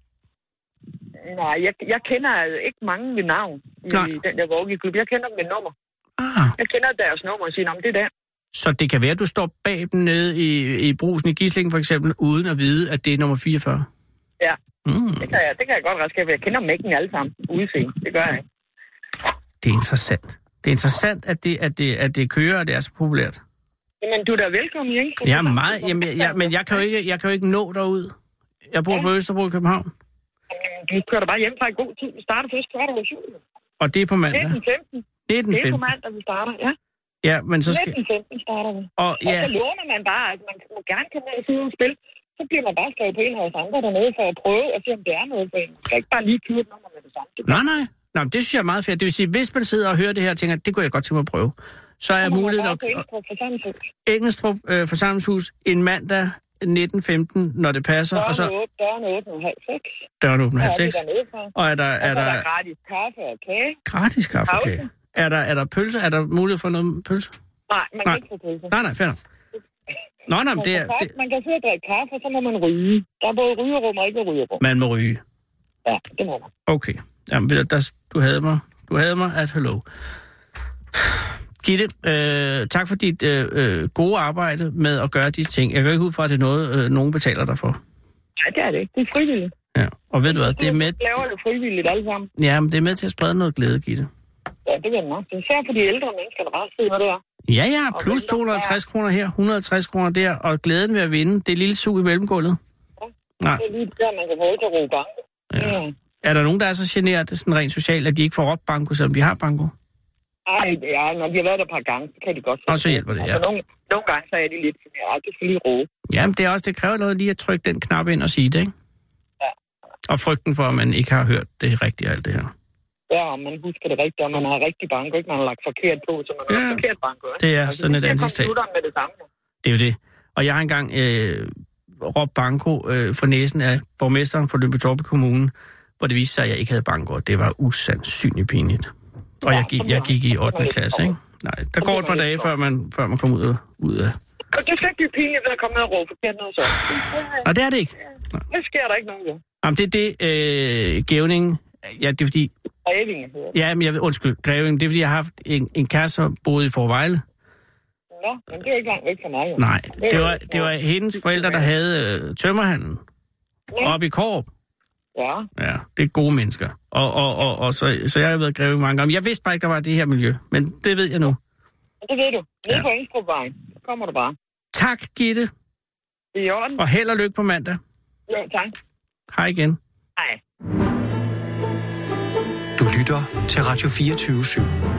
Nej, jeg, jeg kender ikke mange ved navn i Nej. den der walkie-klub. Jeg kender dem med nummer. Ah. Jeg kender deres nummer og siger, om det er der. Så det kan være, at du står bag dem nede i, i Brugsen i Gisling for eksempel, uden at vide, at det er nummer fireogfyrre? Ja, mm. det, kan jeg, det kan jeg godt redskab. Jeg kender dem ikke alle sammen udseende. Det gør jeg ikke. Det er interessant. Det er interessant, at det, at det, at det kører, og det er så populært. Jamen, du er da velkommen, ikke? Ja, meget. Jamen, jeg, jeg, men jeg kan, jo ikke, jeg kan jo ikke nå derud. Jeg bor ja. på Østerbro i København. Jamen, du kører da bare hjem fra i god tid. Vi starter først kvart over syv. Og det er på mandag? nitten femten. nitten femten. Det er på mandag, vi starter, ja. Ja, men så skal... nitten femten starter vi. Og, ja. og så låner man bare, at man må gerne komme ned og sidde og spille. Så bliver man bare skrevet på en af os andre dernede for at prøve og se, om det er noget for en. Man kan ikke bare lige købe et nummer med det samme. Nej, nej. Nå, det synes jeg er meget fedt. Det vil sige, hvis man sidder og hører det her og tænker, det kunne jeg godt tænke mig at prøve, så er muligheden nok... Engelstrup Forsamlingshus. Engelstrup øh, Forsamlingshus en mandag nitten femten, når det passer. Dørene og så... Dørene åbner halv seks. Dørene åbner halv seks. Og er der... Er der... er der gratis kaffe og kage. Gratis kaffe og kage. Er der, er der pølse? Er der mulighed for noget pølse? Nej, man kan ikke få pølse. Nej, nej, fair. Nå, nej, men det er... Det... Man kan sidde og drikke kaffe, og så må man ryge. Der er både rygerum og ikke rygerum. Man må ryge. Ja, det må man. Okay. Jamen, der, du havde mig. Du havde mig at hello. Gitte, øh, tak for dit øh, gode arbejde med at gøre disse ting. Jeg går ikke ud fra, at det er noget, øh, nogen betaler dig for. Nej, det er det ikke. Det er frivilligt. Ja, og ved du hvad, det er med... Vi laver det frivilligt alle sammen. Ja, men det er med til at sprede noget glæde, Gitte. Ja, det vil nok. Især for de ældre mennesker, der bare sidder der. Ja, ja, plus to hundrede og halvtreds kroner her, et hundrede og halvtreds kroner der, og glæden ved at vinde, det er lille sug i mellemgulvet. Ja, nej. Det er lige der, man kan få til at råbe banko. Ja. Ja. Er der nogen, der er så generet, sådan rent socialt, at de ikke får råbt banko, selvom vi har banko? Nej, ja, når de har været der et par gange, så kan de godt. Og så hjælper det, ja. Altså, nogle, nogle gange, så er de lidt generet. Det skal lige råbe. Jamen, det er også, det kræver noget lige at trykke den knap ind og sige det, ikke? Ja. Og frygten for, at man ikke har hørt det rigtige alt det her. Ja, og man husker det rigtigt, og man har rigtig banko, ikke? Man har lagt forkert på, så man ja. har forkert banko. Ikke? Det er altså, sådan et andet sted. Med det samme. Det er jo det. Og jeg har engang øh, råbt banko øh, for næsen af borgmesteren for Lyngby-Taarbæk Kommune, hvor det viste sig, at jeg ikke havde banko, og det var usandsynligt pinligt. Og jeg gik, jeg gik i ottende klasse, ikke? Nej, der går et par dage, før man, før man kommer ud af... Ud af. Og det er slet ikke pinligt, at komme ned og råbe forkert noget så. Nej, det er det ikke. Nej. Det sker der ikke nogen gang. Jamen, det er det, øh, Gævning... Ja, det er fordi... Grævinge hedder det. Ja, men jeg ved, undskyld, Grævinge. Det er fordi, jeg har haft en, en kæreste, der boede i Forvejle. Nå, men det er ikke langt væk fra mig. Jo. Nej, det, det, var, det var hendes forældre, der havde øh, tømmerhandlen. Ja. Oppe i Kårup. Ja. Ja, det er gode mennesker. Og, og, og, og så, så jeg har været Grævinge mange gange. Jeg vidste bare ikke, der var det her miljø, men det ved jeg nu. Det ved du. Nede ja. på Engstrupvejen. kommer du bare. Tak, Gitte. Det er i orden. Og held og lykke på mandag. Jo, tak. Hej igen. Hej. Du lytter til Radio fireogtyve syv.